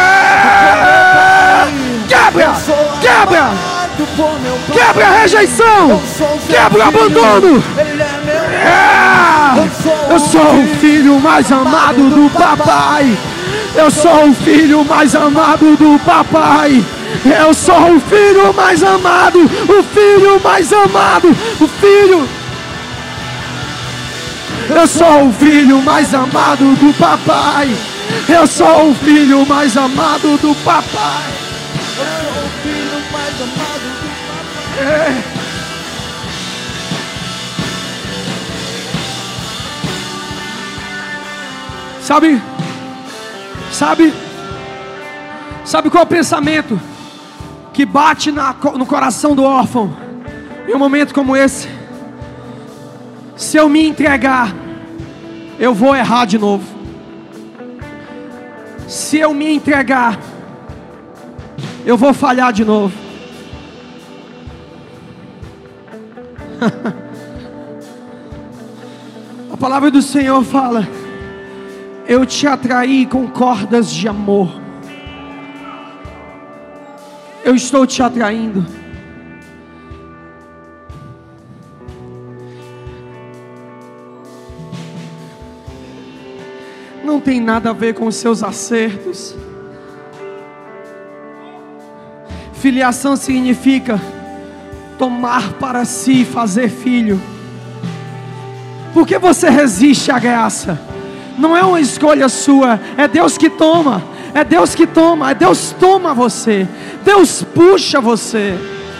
Quebra, Eu sou quebra, amado por meu pai. quebra a rejeição. Eu sou seu Quebra o filho. abandono. Ele é meu. É. Eu sou o filho mais amado do papai. Eu sou o filho mais amado do papai. Eu sou o filho mais amado. O filho mais amado. O filho. Eu sou o filho mais amado do papai. Eu sou o filho mais amado do papai. Eu sou o filho mais amado do papai. É. Sabe? Sabe? Sabe qual é o pensamento que bate na, no coração do órfão em um momento como esse? Se eu me entregar, eu vou errar de novo. Se eu me entregar, eu vou falhar de novo. A palavra do Senhor fala: eu te atraí com cordas de amor. Eu estou te atraindo. Não tem nada a ver com os seus acertos. Filiação significa tomar para si, fazer filho. Por que você resiste à graça? Não é uma escolha sua, é Deus que toma. É Deus que toma, é Deus toma você. Deus puxa você.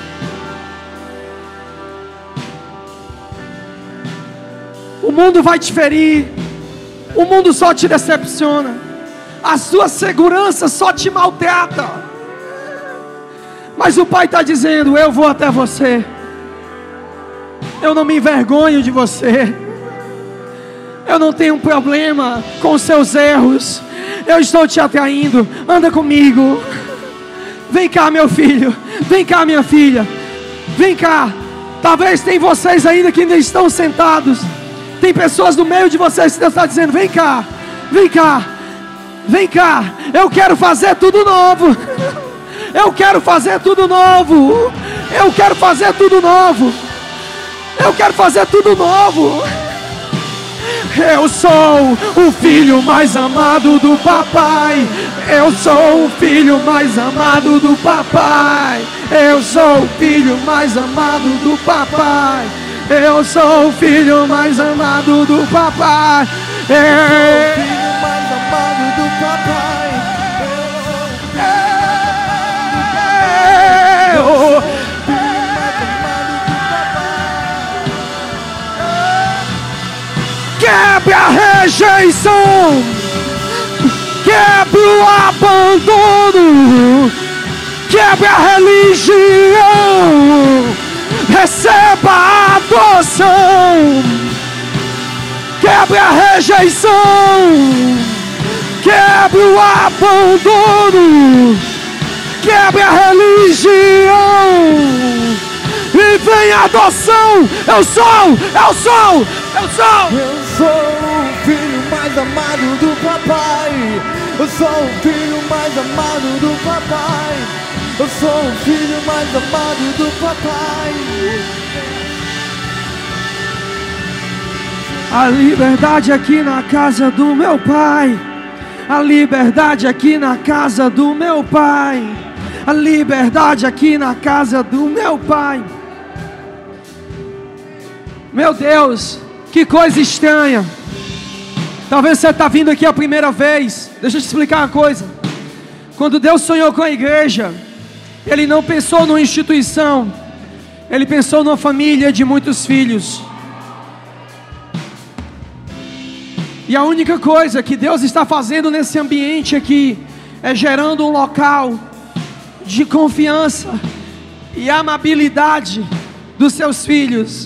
O mundo vai te ferir. O mundo só te decepciona. A sua segurança só te maltrata. Mas o Pai está dizendo: eu vou até você. Eu não me envergonho de você. Eu não tenho problema com os seus erros. Eu estou te atraindo. Anda comigo. Vem cá, meu filho. Vem cá, minha filha. Vem cá. Talvez tem vocês ainda que ainda estão sentados. Tem pessoas no meio de vocês que Deus está dizendo: vem cá. Vem cá. Vem cá. Eu quero fazer tudo novo. Eu quero fazer tudo novo. Eu quero fazer tudo novo. Eu quero fazer tudo novo. Eu sou o filho mais amado do papai. Eu sou o filho mais amado do papai. Eu sou o filho mais amado do papai. Eu sou o filho mais amado do papai. Eu sou o filho mais amado do papai. Eu, quebre a rejeição, quebre o abandono, quebre a religião, receba a adoção, quebre a rejeição, quebre o abandono, quebre a religião. minha adoção. Eu sou, eu sou, eu sou. Eu sou o filho mais amado do papai. Eu sou o filho mais amado do papai. Eu sou o filho mais amado do papai. A liberdade aqui na casa do meu pai. A liberdade aqui na casa do meu pai. A liberdade aqui na casa do meu pai. Meu Deus, que coisa estranha. Talvez você está vindo aqui a primeira vez. Deixa eu te explicar uma coisa. Quando Deus sonhou com a igreja, Ele não pensou numa instituição, Ele pensou numa família de muitos filhos. E a única coisa que Deus está fazendo nesse ambiente aqui é gerando um local de confiança e amabilidade dos seus filhos.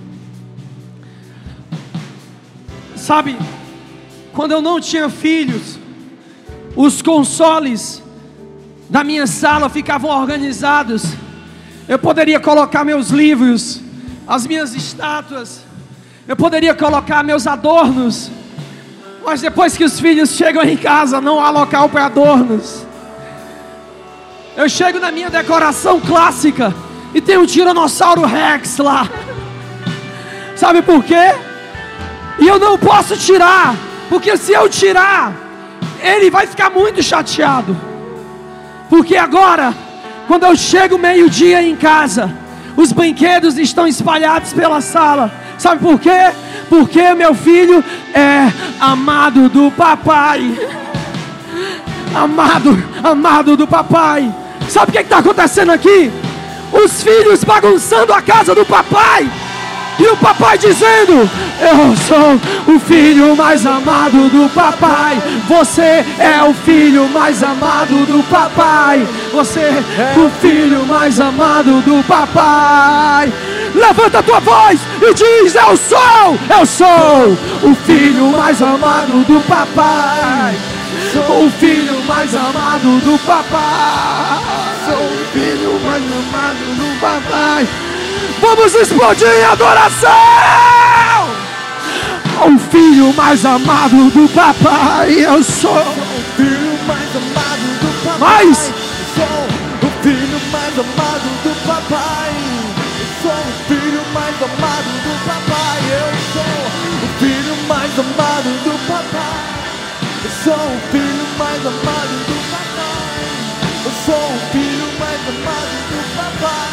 Sabe, quando eu não tinha filhos, os consoles da minha sala ficavam organizados. Eu poderia colocar meus livros, as minhas estátuas, eu poderia colocar meus adornos. Mas depois que os filhos chegam em casa, não há local para adornos. Eu chego na minha decoração clássica e tem um Tiranossauro Rex lá. Sabe por quê? E eu não posso tirar, porque se eu tirar, ele vai ficar muito chateado. Porque agora, quando eu chego meio-dia em casa, os brinquedos estão espalhados pela sala. Sabe por quê? Porque meu filho é amado do papai. Amado, amado do papai. Sabe o que está acontecendo aqui? Os filhos bagunçando a casa do papai. E o papai dizendo: eu sou o filho mais amado do papai. Você é o filho mais amado do papai. Você é o filho mais amado do papai. Levanta a tua voz e diz: eu sou, eu sou o filho mais amado do papai. Sou o filho mais amado do papai. Sou o filho mais amado do papai. Vamos explodir em adoração! O filho mais amado do papai. Eu sou o filho mais amado do papai. Mais. Sou o filho mais amado do papai. Sou o filho mais amado do papai. Eu sou o filho mais amado do papai. Eu sou o filho mais amado do papai. Eu sou o filho mais amado do papai.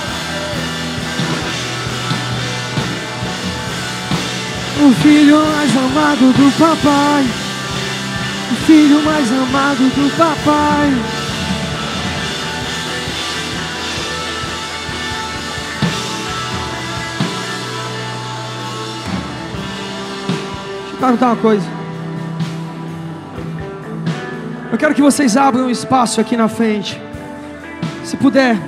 O filho mais amado do papai. O filho mais amado do papai. Deixa eu perguntar uma coisa. Eu quero que vocês abram um espaço aqui na frente. Se puder.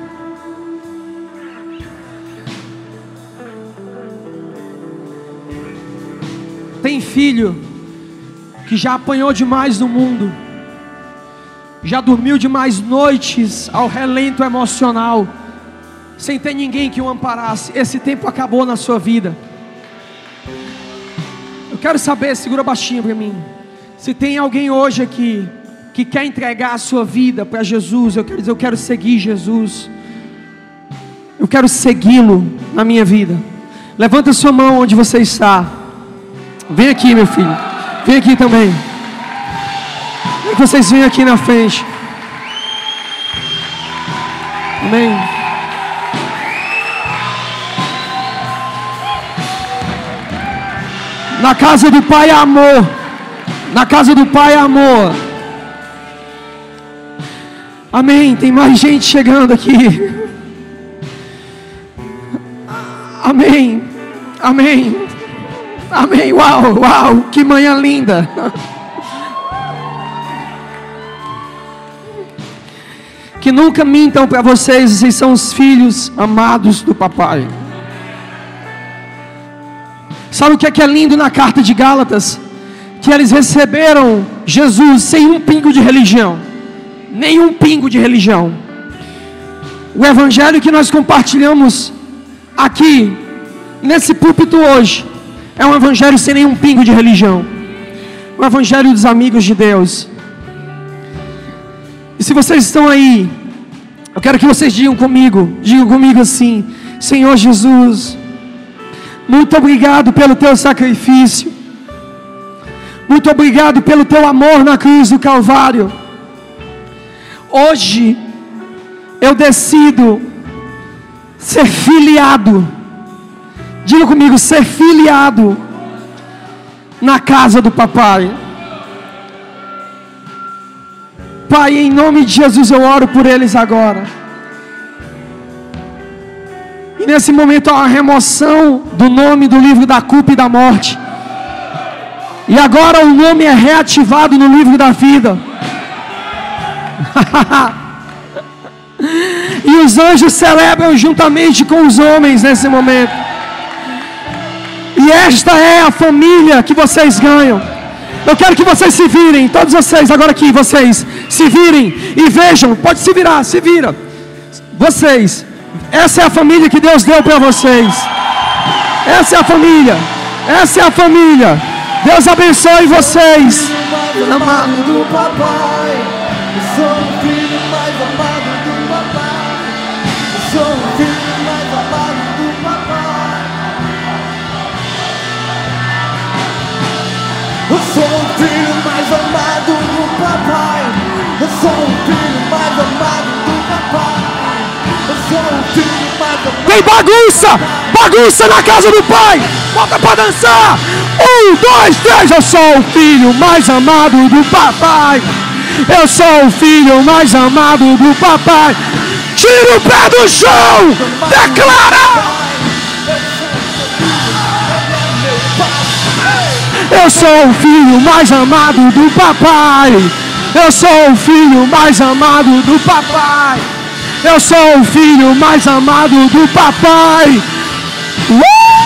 Tem filho que já apanhou demais no mundo, já dormiu demais noites ao relento emocional, sem ter ninguém que o amparasse. Esse tempo acabou na sua vida. Eu quero saber, segura baixinho para mim, se tem alguém hoje aqui que quer entregar a sua vida para Jesus. Eu quero dizer, eu quero seguir Jesus, eu quero segui-lo na minha vida. Levanta sua mão onde você está. Vem aqui, meu filho. Vem aqui também. Quero que vocês venham aqui na frente. Amém. Na casa do Pai há amor. Na casa do Pai há amor. Amém. Tem mais gente chegando aqui. Amém. Amém. Amém, uau, uau, que manhã linda. Que nunca mintam para vocês, vocês são os filhos amados do papai. Sabe o que é que é lindo na carta de Gálatas? Que eles receberam Jesus sem um pingo de religião. Nenhum pingo de religião. O evangelho que nós compartilhamos aqui, nesse púlpito hoje, é um evangelho sem nenhum pingo de religião. Um evangelho dos amigos de Deus. E se vocês estão aí, eu quero que vocês digam comigo, digam comigo assim: Senhor Jesus, muito obrigado pelo teu sacrifício. Muito obrigado pelo teu amor na cruz do Calvário. Hoje, eu decido ser filiado. Diga comigo, ser filiado na casa do papai. Pai, em nome de Jesus eu oro por eles agora. E nesse momento há uma remoção do nome do livro da culpa e da morte. E agora o nome é reativado no livro da vida. E os anjos celebram juntamente com os homens nesse momento. E esta é a família que vocês ganham. Eu quero que vocês se virem, todos vocês, agora aqui, vocês se virem e vejam, pode se virar, se vira. Vocês, essa é a família que Deus deu para vocês. Essa é a família, essa é a família. Deus abençoe vocês. Amado do papai, eu sou o filho mais amado do papai. Eu sou o filho mais amado do papai. Eu sou o filho mais amado do papai. Eu sou o filho mais amado do papai. Eu sou o filho mais amado. Tem bagunça, bagunça na casa do pai. Volta pra dançar. Um, dois, três. Eu sou o filho mais amado do papai. Eu sou o filho mais amado do papai. Tira o pé do chão. Declara. Eu sou o filho mais amado do papai. Eu sou o filho mais amado do papai. Eu sou o filho mais amado do papai. Uh!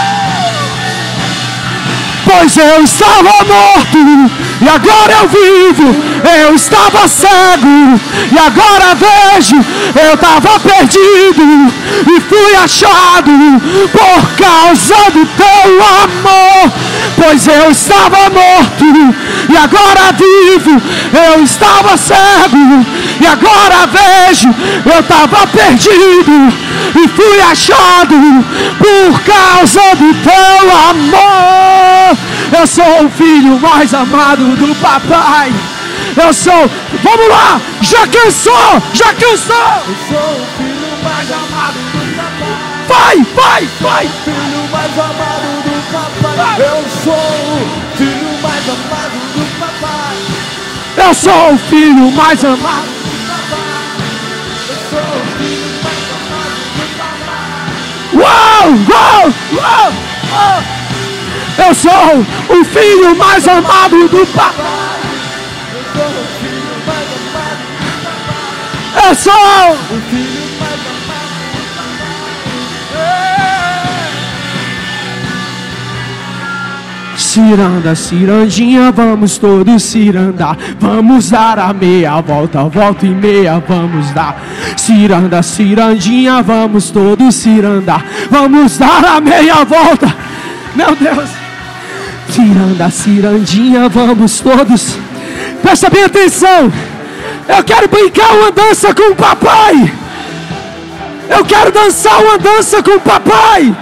Pois eu estava morto e agora eu vivo. Eu estava cego e agora vejo. Eu estava perdido e fui achado por causa do teu amor. Pois eu estava morto e agora vivo. Eu estava cego e agora vejo. Eu estava perdido e fui achado por causa do teu amor. Eu sou o filho mais amado do papai. Eu sou, vamos lá, já cansou, já cansou. Eu sou o filho mais amado do papai. Vai, vai, vai. Filho mais amado do papai. Eu sou o filho mais amado do papai. Eu sou o filho mais amado. Eu sou o filho mais amado do papai. Uau, uau, uau, uau. Eu sou o filho mais amado do papai. Eu sou o filho mais amado do papai. Eu sou O filho mais amado do papai. Ciranda, cirandinha, vamos todos cirandar. Vamos dar a meia volta, volta e meia vamos dar. Ciranda, cirandinha, vamos todos cirandar. Vamos dar a meia volta. Meu Deus. Ciranda, cirandinha, vamos todos. Presta bem atenção. Eu quero brincar uma dança com o papai. Eu quero dançar uma dança com o papai.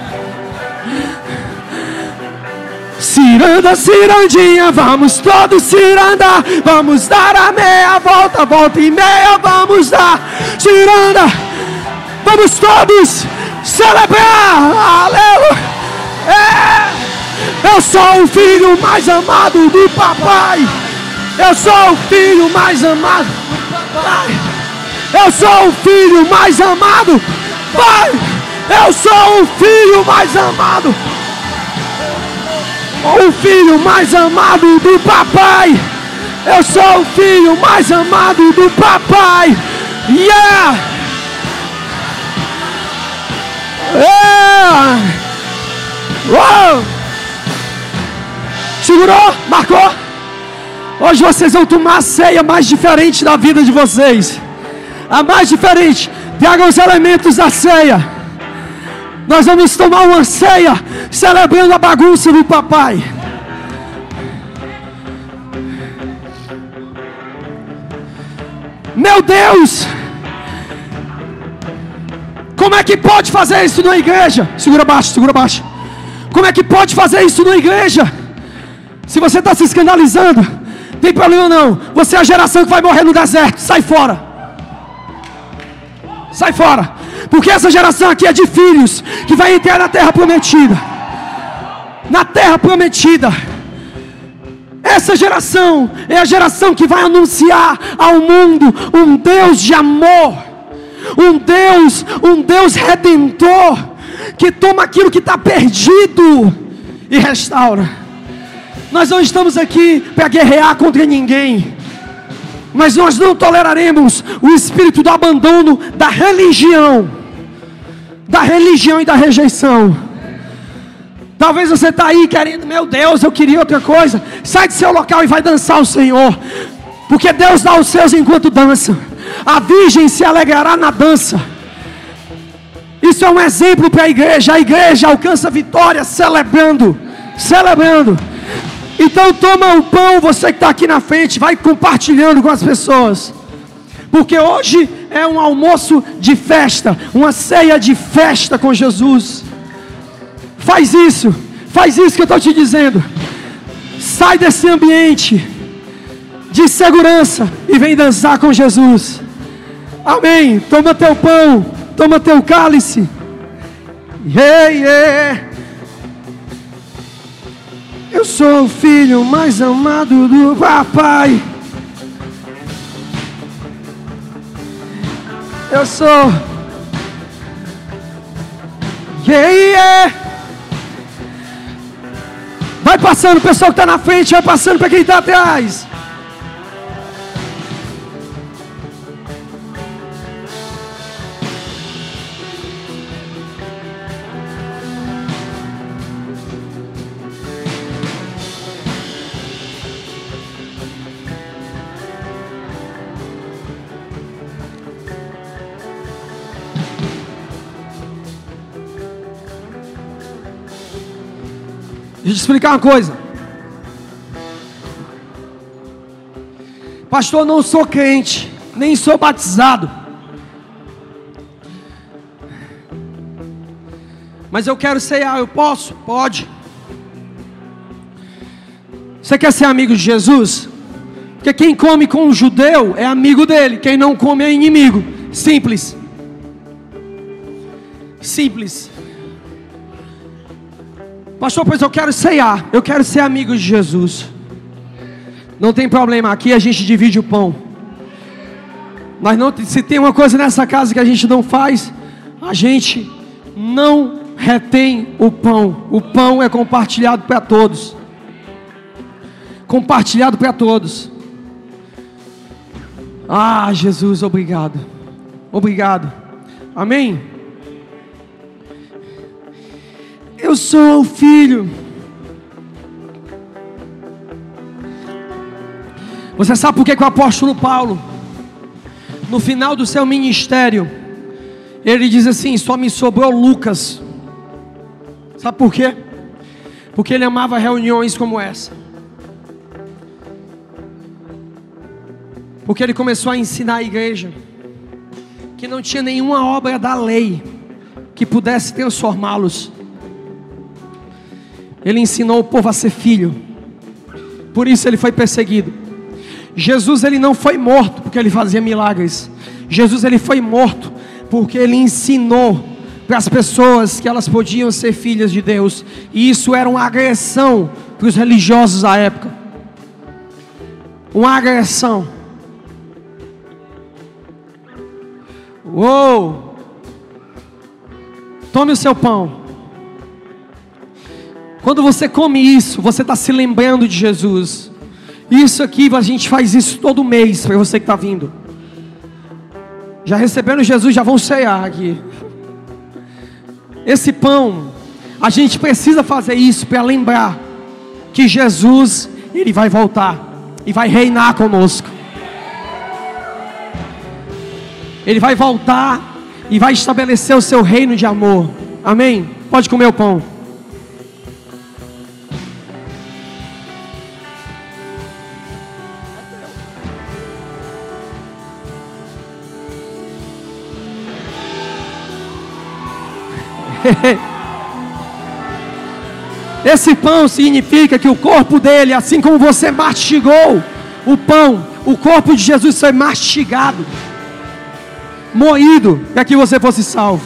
Ciranda, cirandinha, vamos todos cirandar. Vamos dar a meia volta, volta e meia vamos dar. Ciranda, vamos todos celebrar. Aleluia. É. Eu sou o filho mais amado do papai. Eu sou o filho mais amado do papai. Eu sou o filho mais amado. Pai, eu sou o filho mais amado. O filho mais amado do papai. Eu sou o filho mais amado do papai. Yeah! Yeah! Uou! Segurou? Marcou? Hoje vocês vão tomar a ceia mais diferente da vida de vocês. A mais diferente. Tragam os elementos da ceia. Nós vamos tomar uma ceia celebrando a bagunça do papai. Meu Deus! Como é que pode fazer isso na igreja? Segura baixo, segura baixo. Como é que pode fazer isso na igreja? Se você está se escandalizando, não tem problema não. Você é a geração que vai morrer no deserto. Sai fora. Sai fora. Porque essa geração aqui é de filhos que vai entrar na terra prometida. Na terra prometida. Essa geração é a geração que vai anunciar ao mundo um Deus de amor, um Deus, um Deus redentor, que toma aquilo que está perdido e restaura. Nós não estamos aqui para guerrear contra ninguém, mas nós não toleraremos o espírito do abandono da religião, da religião e da rejeição. Talvez você está aí querendo, meu Deus, eu queria outra coisa. Sai do seu local e vai dançar ao Senhor, porque Deus dá os seus enquanto dança. A virgem se alegrará na dança. Isso é um exemplo para a igreja. A igreja alcança vitória celebrando, celebrando. Então toma o pão, você que está aqui na frente, vai compartilhando com as pessoas, porque hoje é um almoço de festa, uma ceia de festa com Jesus. Faz isso, faz isso que eu estou te dizendo. Sai desse ambiente de segurança e vem dançar com Jesus. Amém. Toma teu pão, toma teu cálice. Yeah, yeah. Eu sou o filho mais amado do papai. Eu sou. Yeah, yeah. Vai passando, o pessoal que está na frente, vai passando para quem está atrás. Deixa eu te explicar uma coisa. Pastor, não sou crente, nem sou batizado, mas eu quero ceiar, eu posso? Pode. Você quer ser amigo de Jesus? Porque quem come com um judeu é amigo dele, quem não come é inimigo. Simples. Simples. Pastor, pois eu quero ceiar, eu quero ser amigo de Jesus. Não tem problema, aqui a gente divide o pão. Nós não, se tem uma coisa nessa casa que a gente não faz, a gente não retém o pão. O pão é compartilhado para todos. Compartilhado para todos. Ah, Jesus, obrigado. Obrigado. Amém? Eu sou o filho. Você sabe por que, que o apóstolo Paulo, no final do seu ministério, ele diz assim: só me sobrou Lucas. Sabe por quê? Porque ele amava reuniões como essa. Porque ele começou a ensinar a igreja que não tinha nenhuma obra da lei que pudesse transformá-los. Ele ensinou o povo a ser filho. Por isso ele foi perseguido. Jesus, ele não foi morto porque ele fazia milagres. Jesus, ele foi morto porque ele ensinou para as pessoas que elas podiam ser filhas de Deus. E isso era uma agressão para os religiosos da época. Uma agressão. Uou! Tome o seu pão. Quando você come isso, você está se lembrando de Jesus. Isso aqui, a gente faz isso todo mês, para você que está vindo. Já recebendo Jesus, já vão ceiar aqui. Esse pão, a gente precisa fazer isso para lembrar que Jesus, Ele vai voltar e vai reinar conosco. Ele vai voltar e vai estabelecer o seu reino de amor. Amém? Pode comer o pão. Esse pão significa que o corpo dele, assim como você mastigou o pão, o corpo de Jesus foi mastigado, moído, para que você fosse salvo.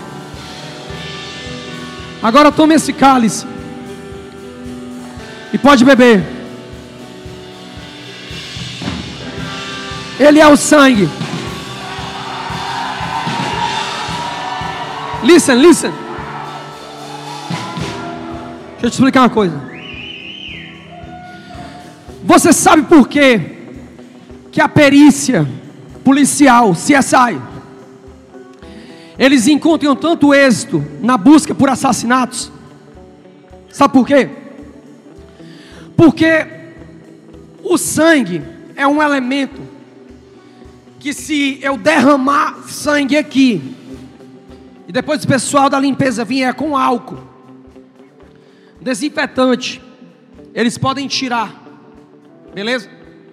Agora tome esse cálice e pode beber. Ele é o sangue. Listen, listen. Deixa eu te explicar uma coisa. Você sabe por quê que a perícia policial, C S I, eles encontram tanto êxito na busca por assassinatos? Sabe por quê? Porque o sangue é um elemento que, se eu derramar sangue aqui e depois o pessoal da limpeza vier com álcool, desinfetante, eles podem tirar, beleza?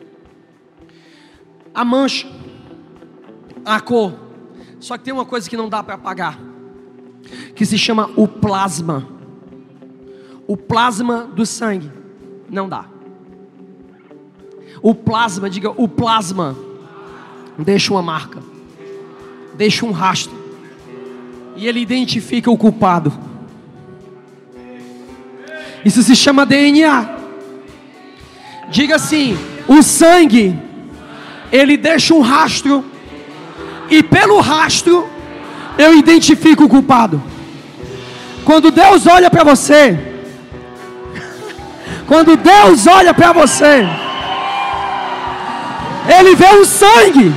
A mancha, a cor. Só que tem uma coisa que não dá para apagar, que se chama o plasma. O plasma do sangue não dá. O plasma, diga, o plasma deixa uma marca, deixa um rastro, e ele identifica o culpado. Isso se chama D N A. Diga assim: o sangue, ele deixa um rastro, e pelo rastro eu identifico o culpado. Quando Deus olha para você, quando Deus olha para você, Ele vê o sangue,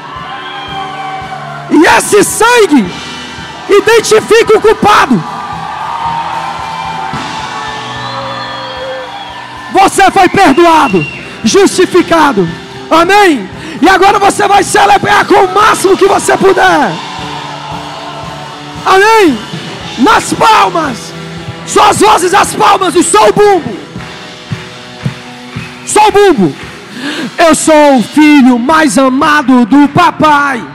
e esse sangue identifica o culpado. Você foi perdoado, justificado, amém? E agora você vai celebrar com o máximo que você puder, amém? Nas palmas, suas vozes, as palmas, e só o bumbo, só o bumbo. Eu sou o filho mais amado do papai.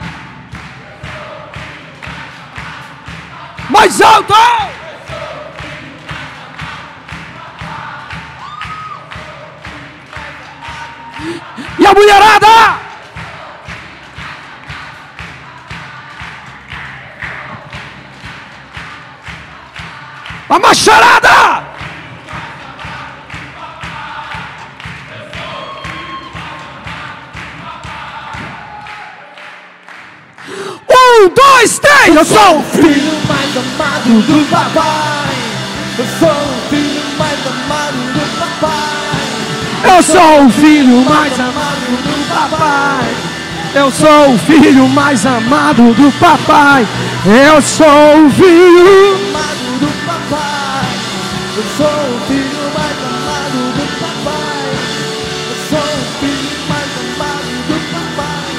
Mais alto! E a mulherada? A macharada? Um, dois, três. Eu sou o filho mais amado do papai. Eu sou o filho mais amado do papai. Eu sou o filho mais amado do papai. Eu sou o filho mais amado do papai. Eu sou o filho amado do papai. Eu sou o filho mais amado do papai. Eu sou o filho mais amado do papai.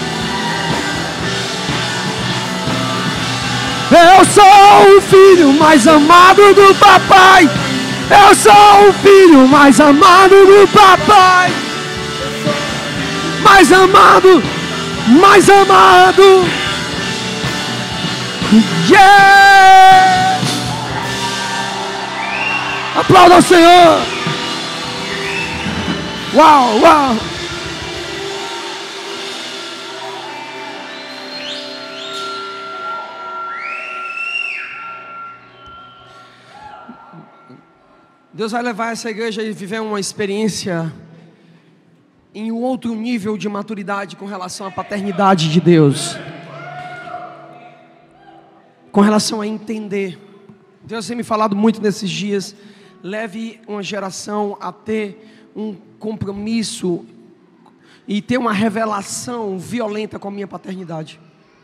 Eu sou o filho mais amado do papai. Eu sou o filho mais amado do papai. Mais amado, mais amado. Yeah! Aplauda ao Senhor. Uau, uau. Deus vai levar essa igreja a viver uma experiência em um outro nível de maturidade com relação à paternidade de Deus, com relação a entender. Deus tem me falado muito nesses dias: leve uma geração a ter um compromisso e ter uma revelação violenta com a minha paternidade.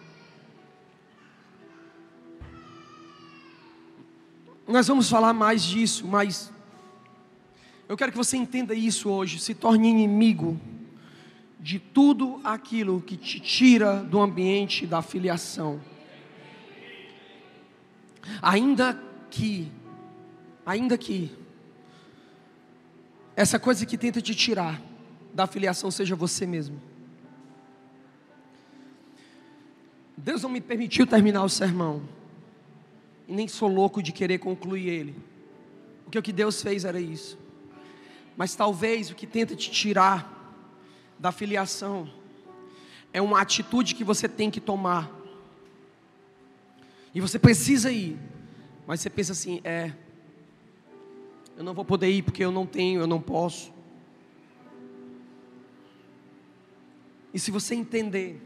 Nós vamos falar mais disso, mas eu quero que você entenda isso hoje. Se torne inimigo de tudo aquilo que te tira do ambiente da filiação. Ainda que, ainda que, essa coisa que tenta te tirar da filiação seja você mesmo. Deus não me permitiu terminar o sermão, e nem sou louco de querer concluir ele, porque o que Deus fez era isso. Mas talvez o que tenta te tirar da filiação é uma atitude que você tem que tomar, e você precisa ir, mas você pensa assim, é, eu não vou poder ir porque eu não tenho, eu não posso. E se você entender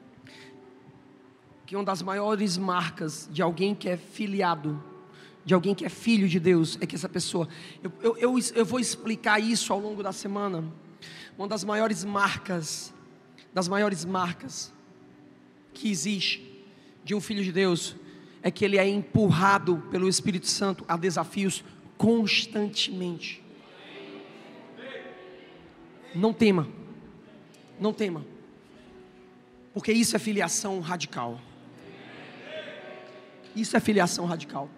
que uma das maiores marcas de alguém que é filiado, de alguém que é filho de Deus, é que essa pessoa, eu, eu, eu, eu vou explicar isso ao longo da semana. Uma das maiores marcas, das maiores marcas que existe de um filho de Deus, é que ele é empurrado pelo Espírito Santo a desafios constantemente. Não tema, não tema, porque isso é filiação radical. Isso é filiação radical.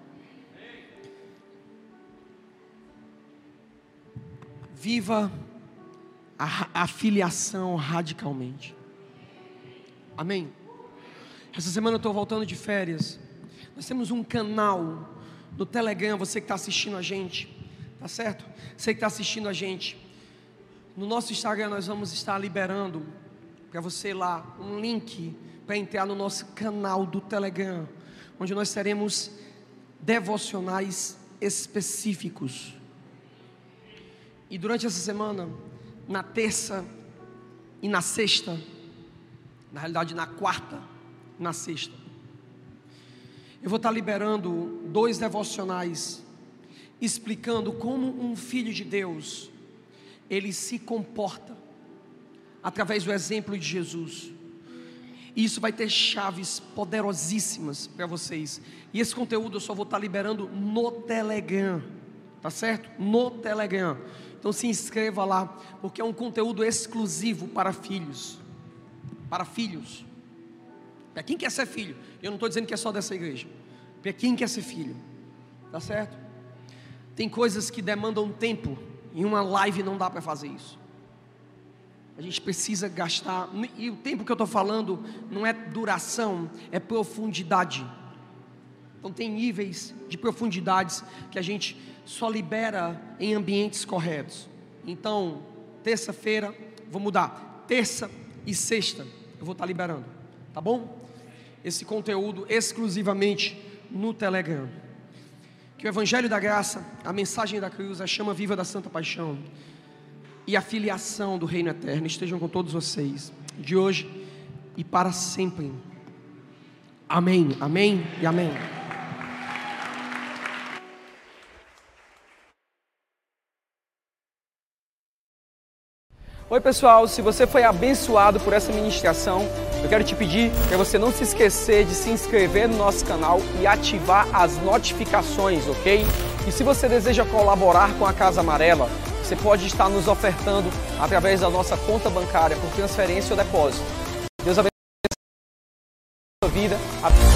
Viva a, a filiação radicalmente. Amém? Essa semana eu estou voltando de férias. Nós temos um canal no Telegram, você que está assistindo a gente, tá certo? Você que está assistindo a gente, no nosso Instagram nós vamos estar liberando para você lá um link para entrar no nosso canal do Telegram, onde nós teremos devocionais específicos. E durante essa semana, na terça e na sexta, na realidade na quarta e na sexta, eu vou estar liberando dois devocionais, explicando como um filho de Deus, ele se comporta, através do exemplo de Jesus. E isso vai ter chaves poderosíssimas para vocês. E esse conteúdo eu só vou estar liberando no Telegram, tá certo? No Telegram. Então se inscreva lá, porque é um conteúdo exclusivo para filhos. Para filhos. Para quem quer ser filho. Eu não estou dizendo que é só dessa igreja. Para quem quer ser filho. Tá certo? Tem coisas que demandam tempo. Em uma live não dá para fazer isso. A gente precisa gastar, e o tempo que eu estou falando não é duração, é profundidade. Então tem níveis de profundidades que a gente só libera em ambientes corretos. Então, terça-feira, vou mudar, terça e sexta, eu vou estar liberando, tá bom? Esse conteúdo exclusivamente no Telegram. Que o Evangelho da Graça, a mensagem da cruz, a chama viva da Santa Paixão e a filiação do reino eterno estejam com todos vocês, de hoje e para sempre. Amém, amém e amém. Oi pessoal, se você foi abençoado por essa ministração, eu quero te pedir para você não se esquecer de se inscrever no nosso canal e ativar as notificações, ok? E se você deseja colaborar com a Casa Amarela, você pode estar nos ofertando através da nossa conta bancária por transferência ou depósito. Deus abençoe a sua vida.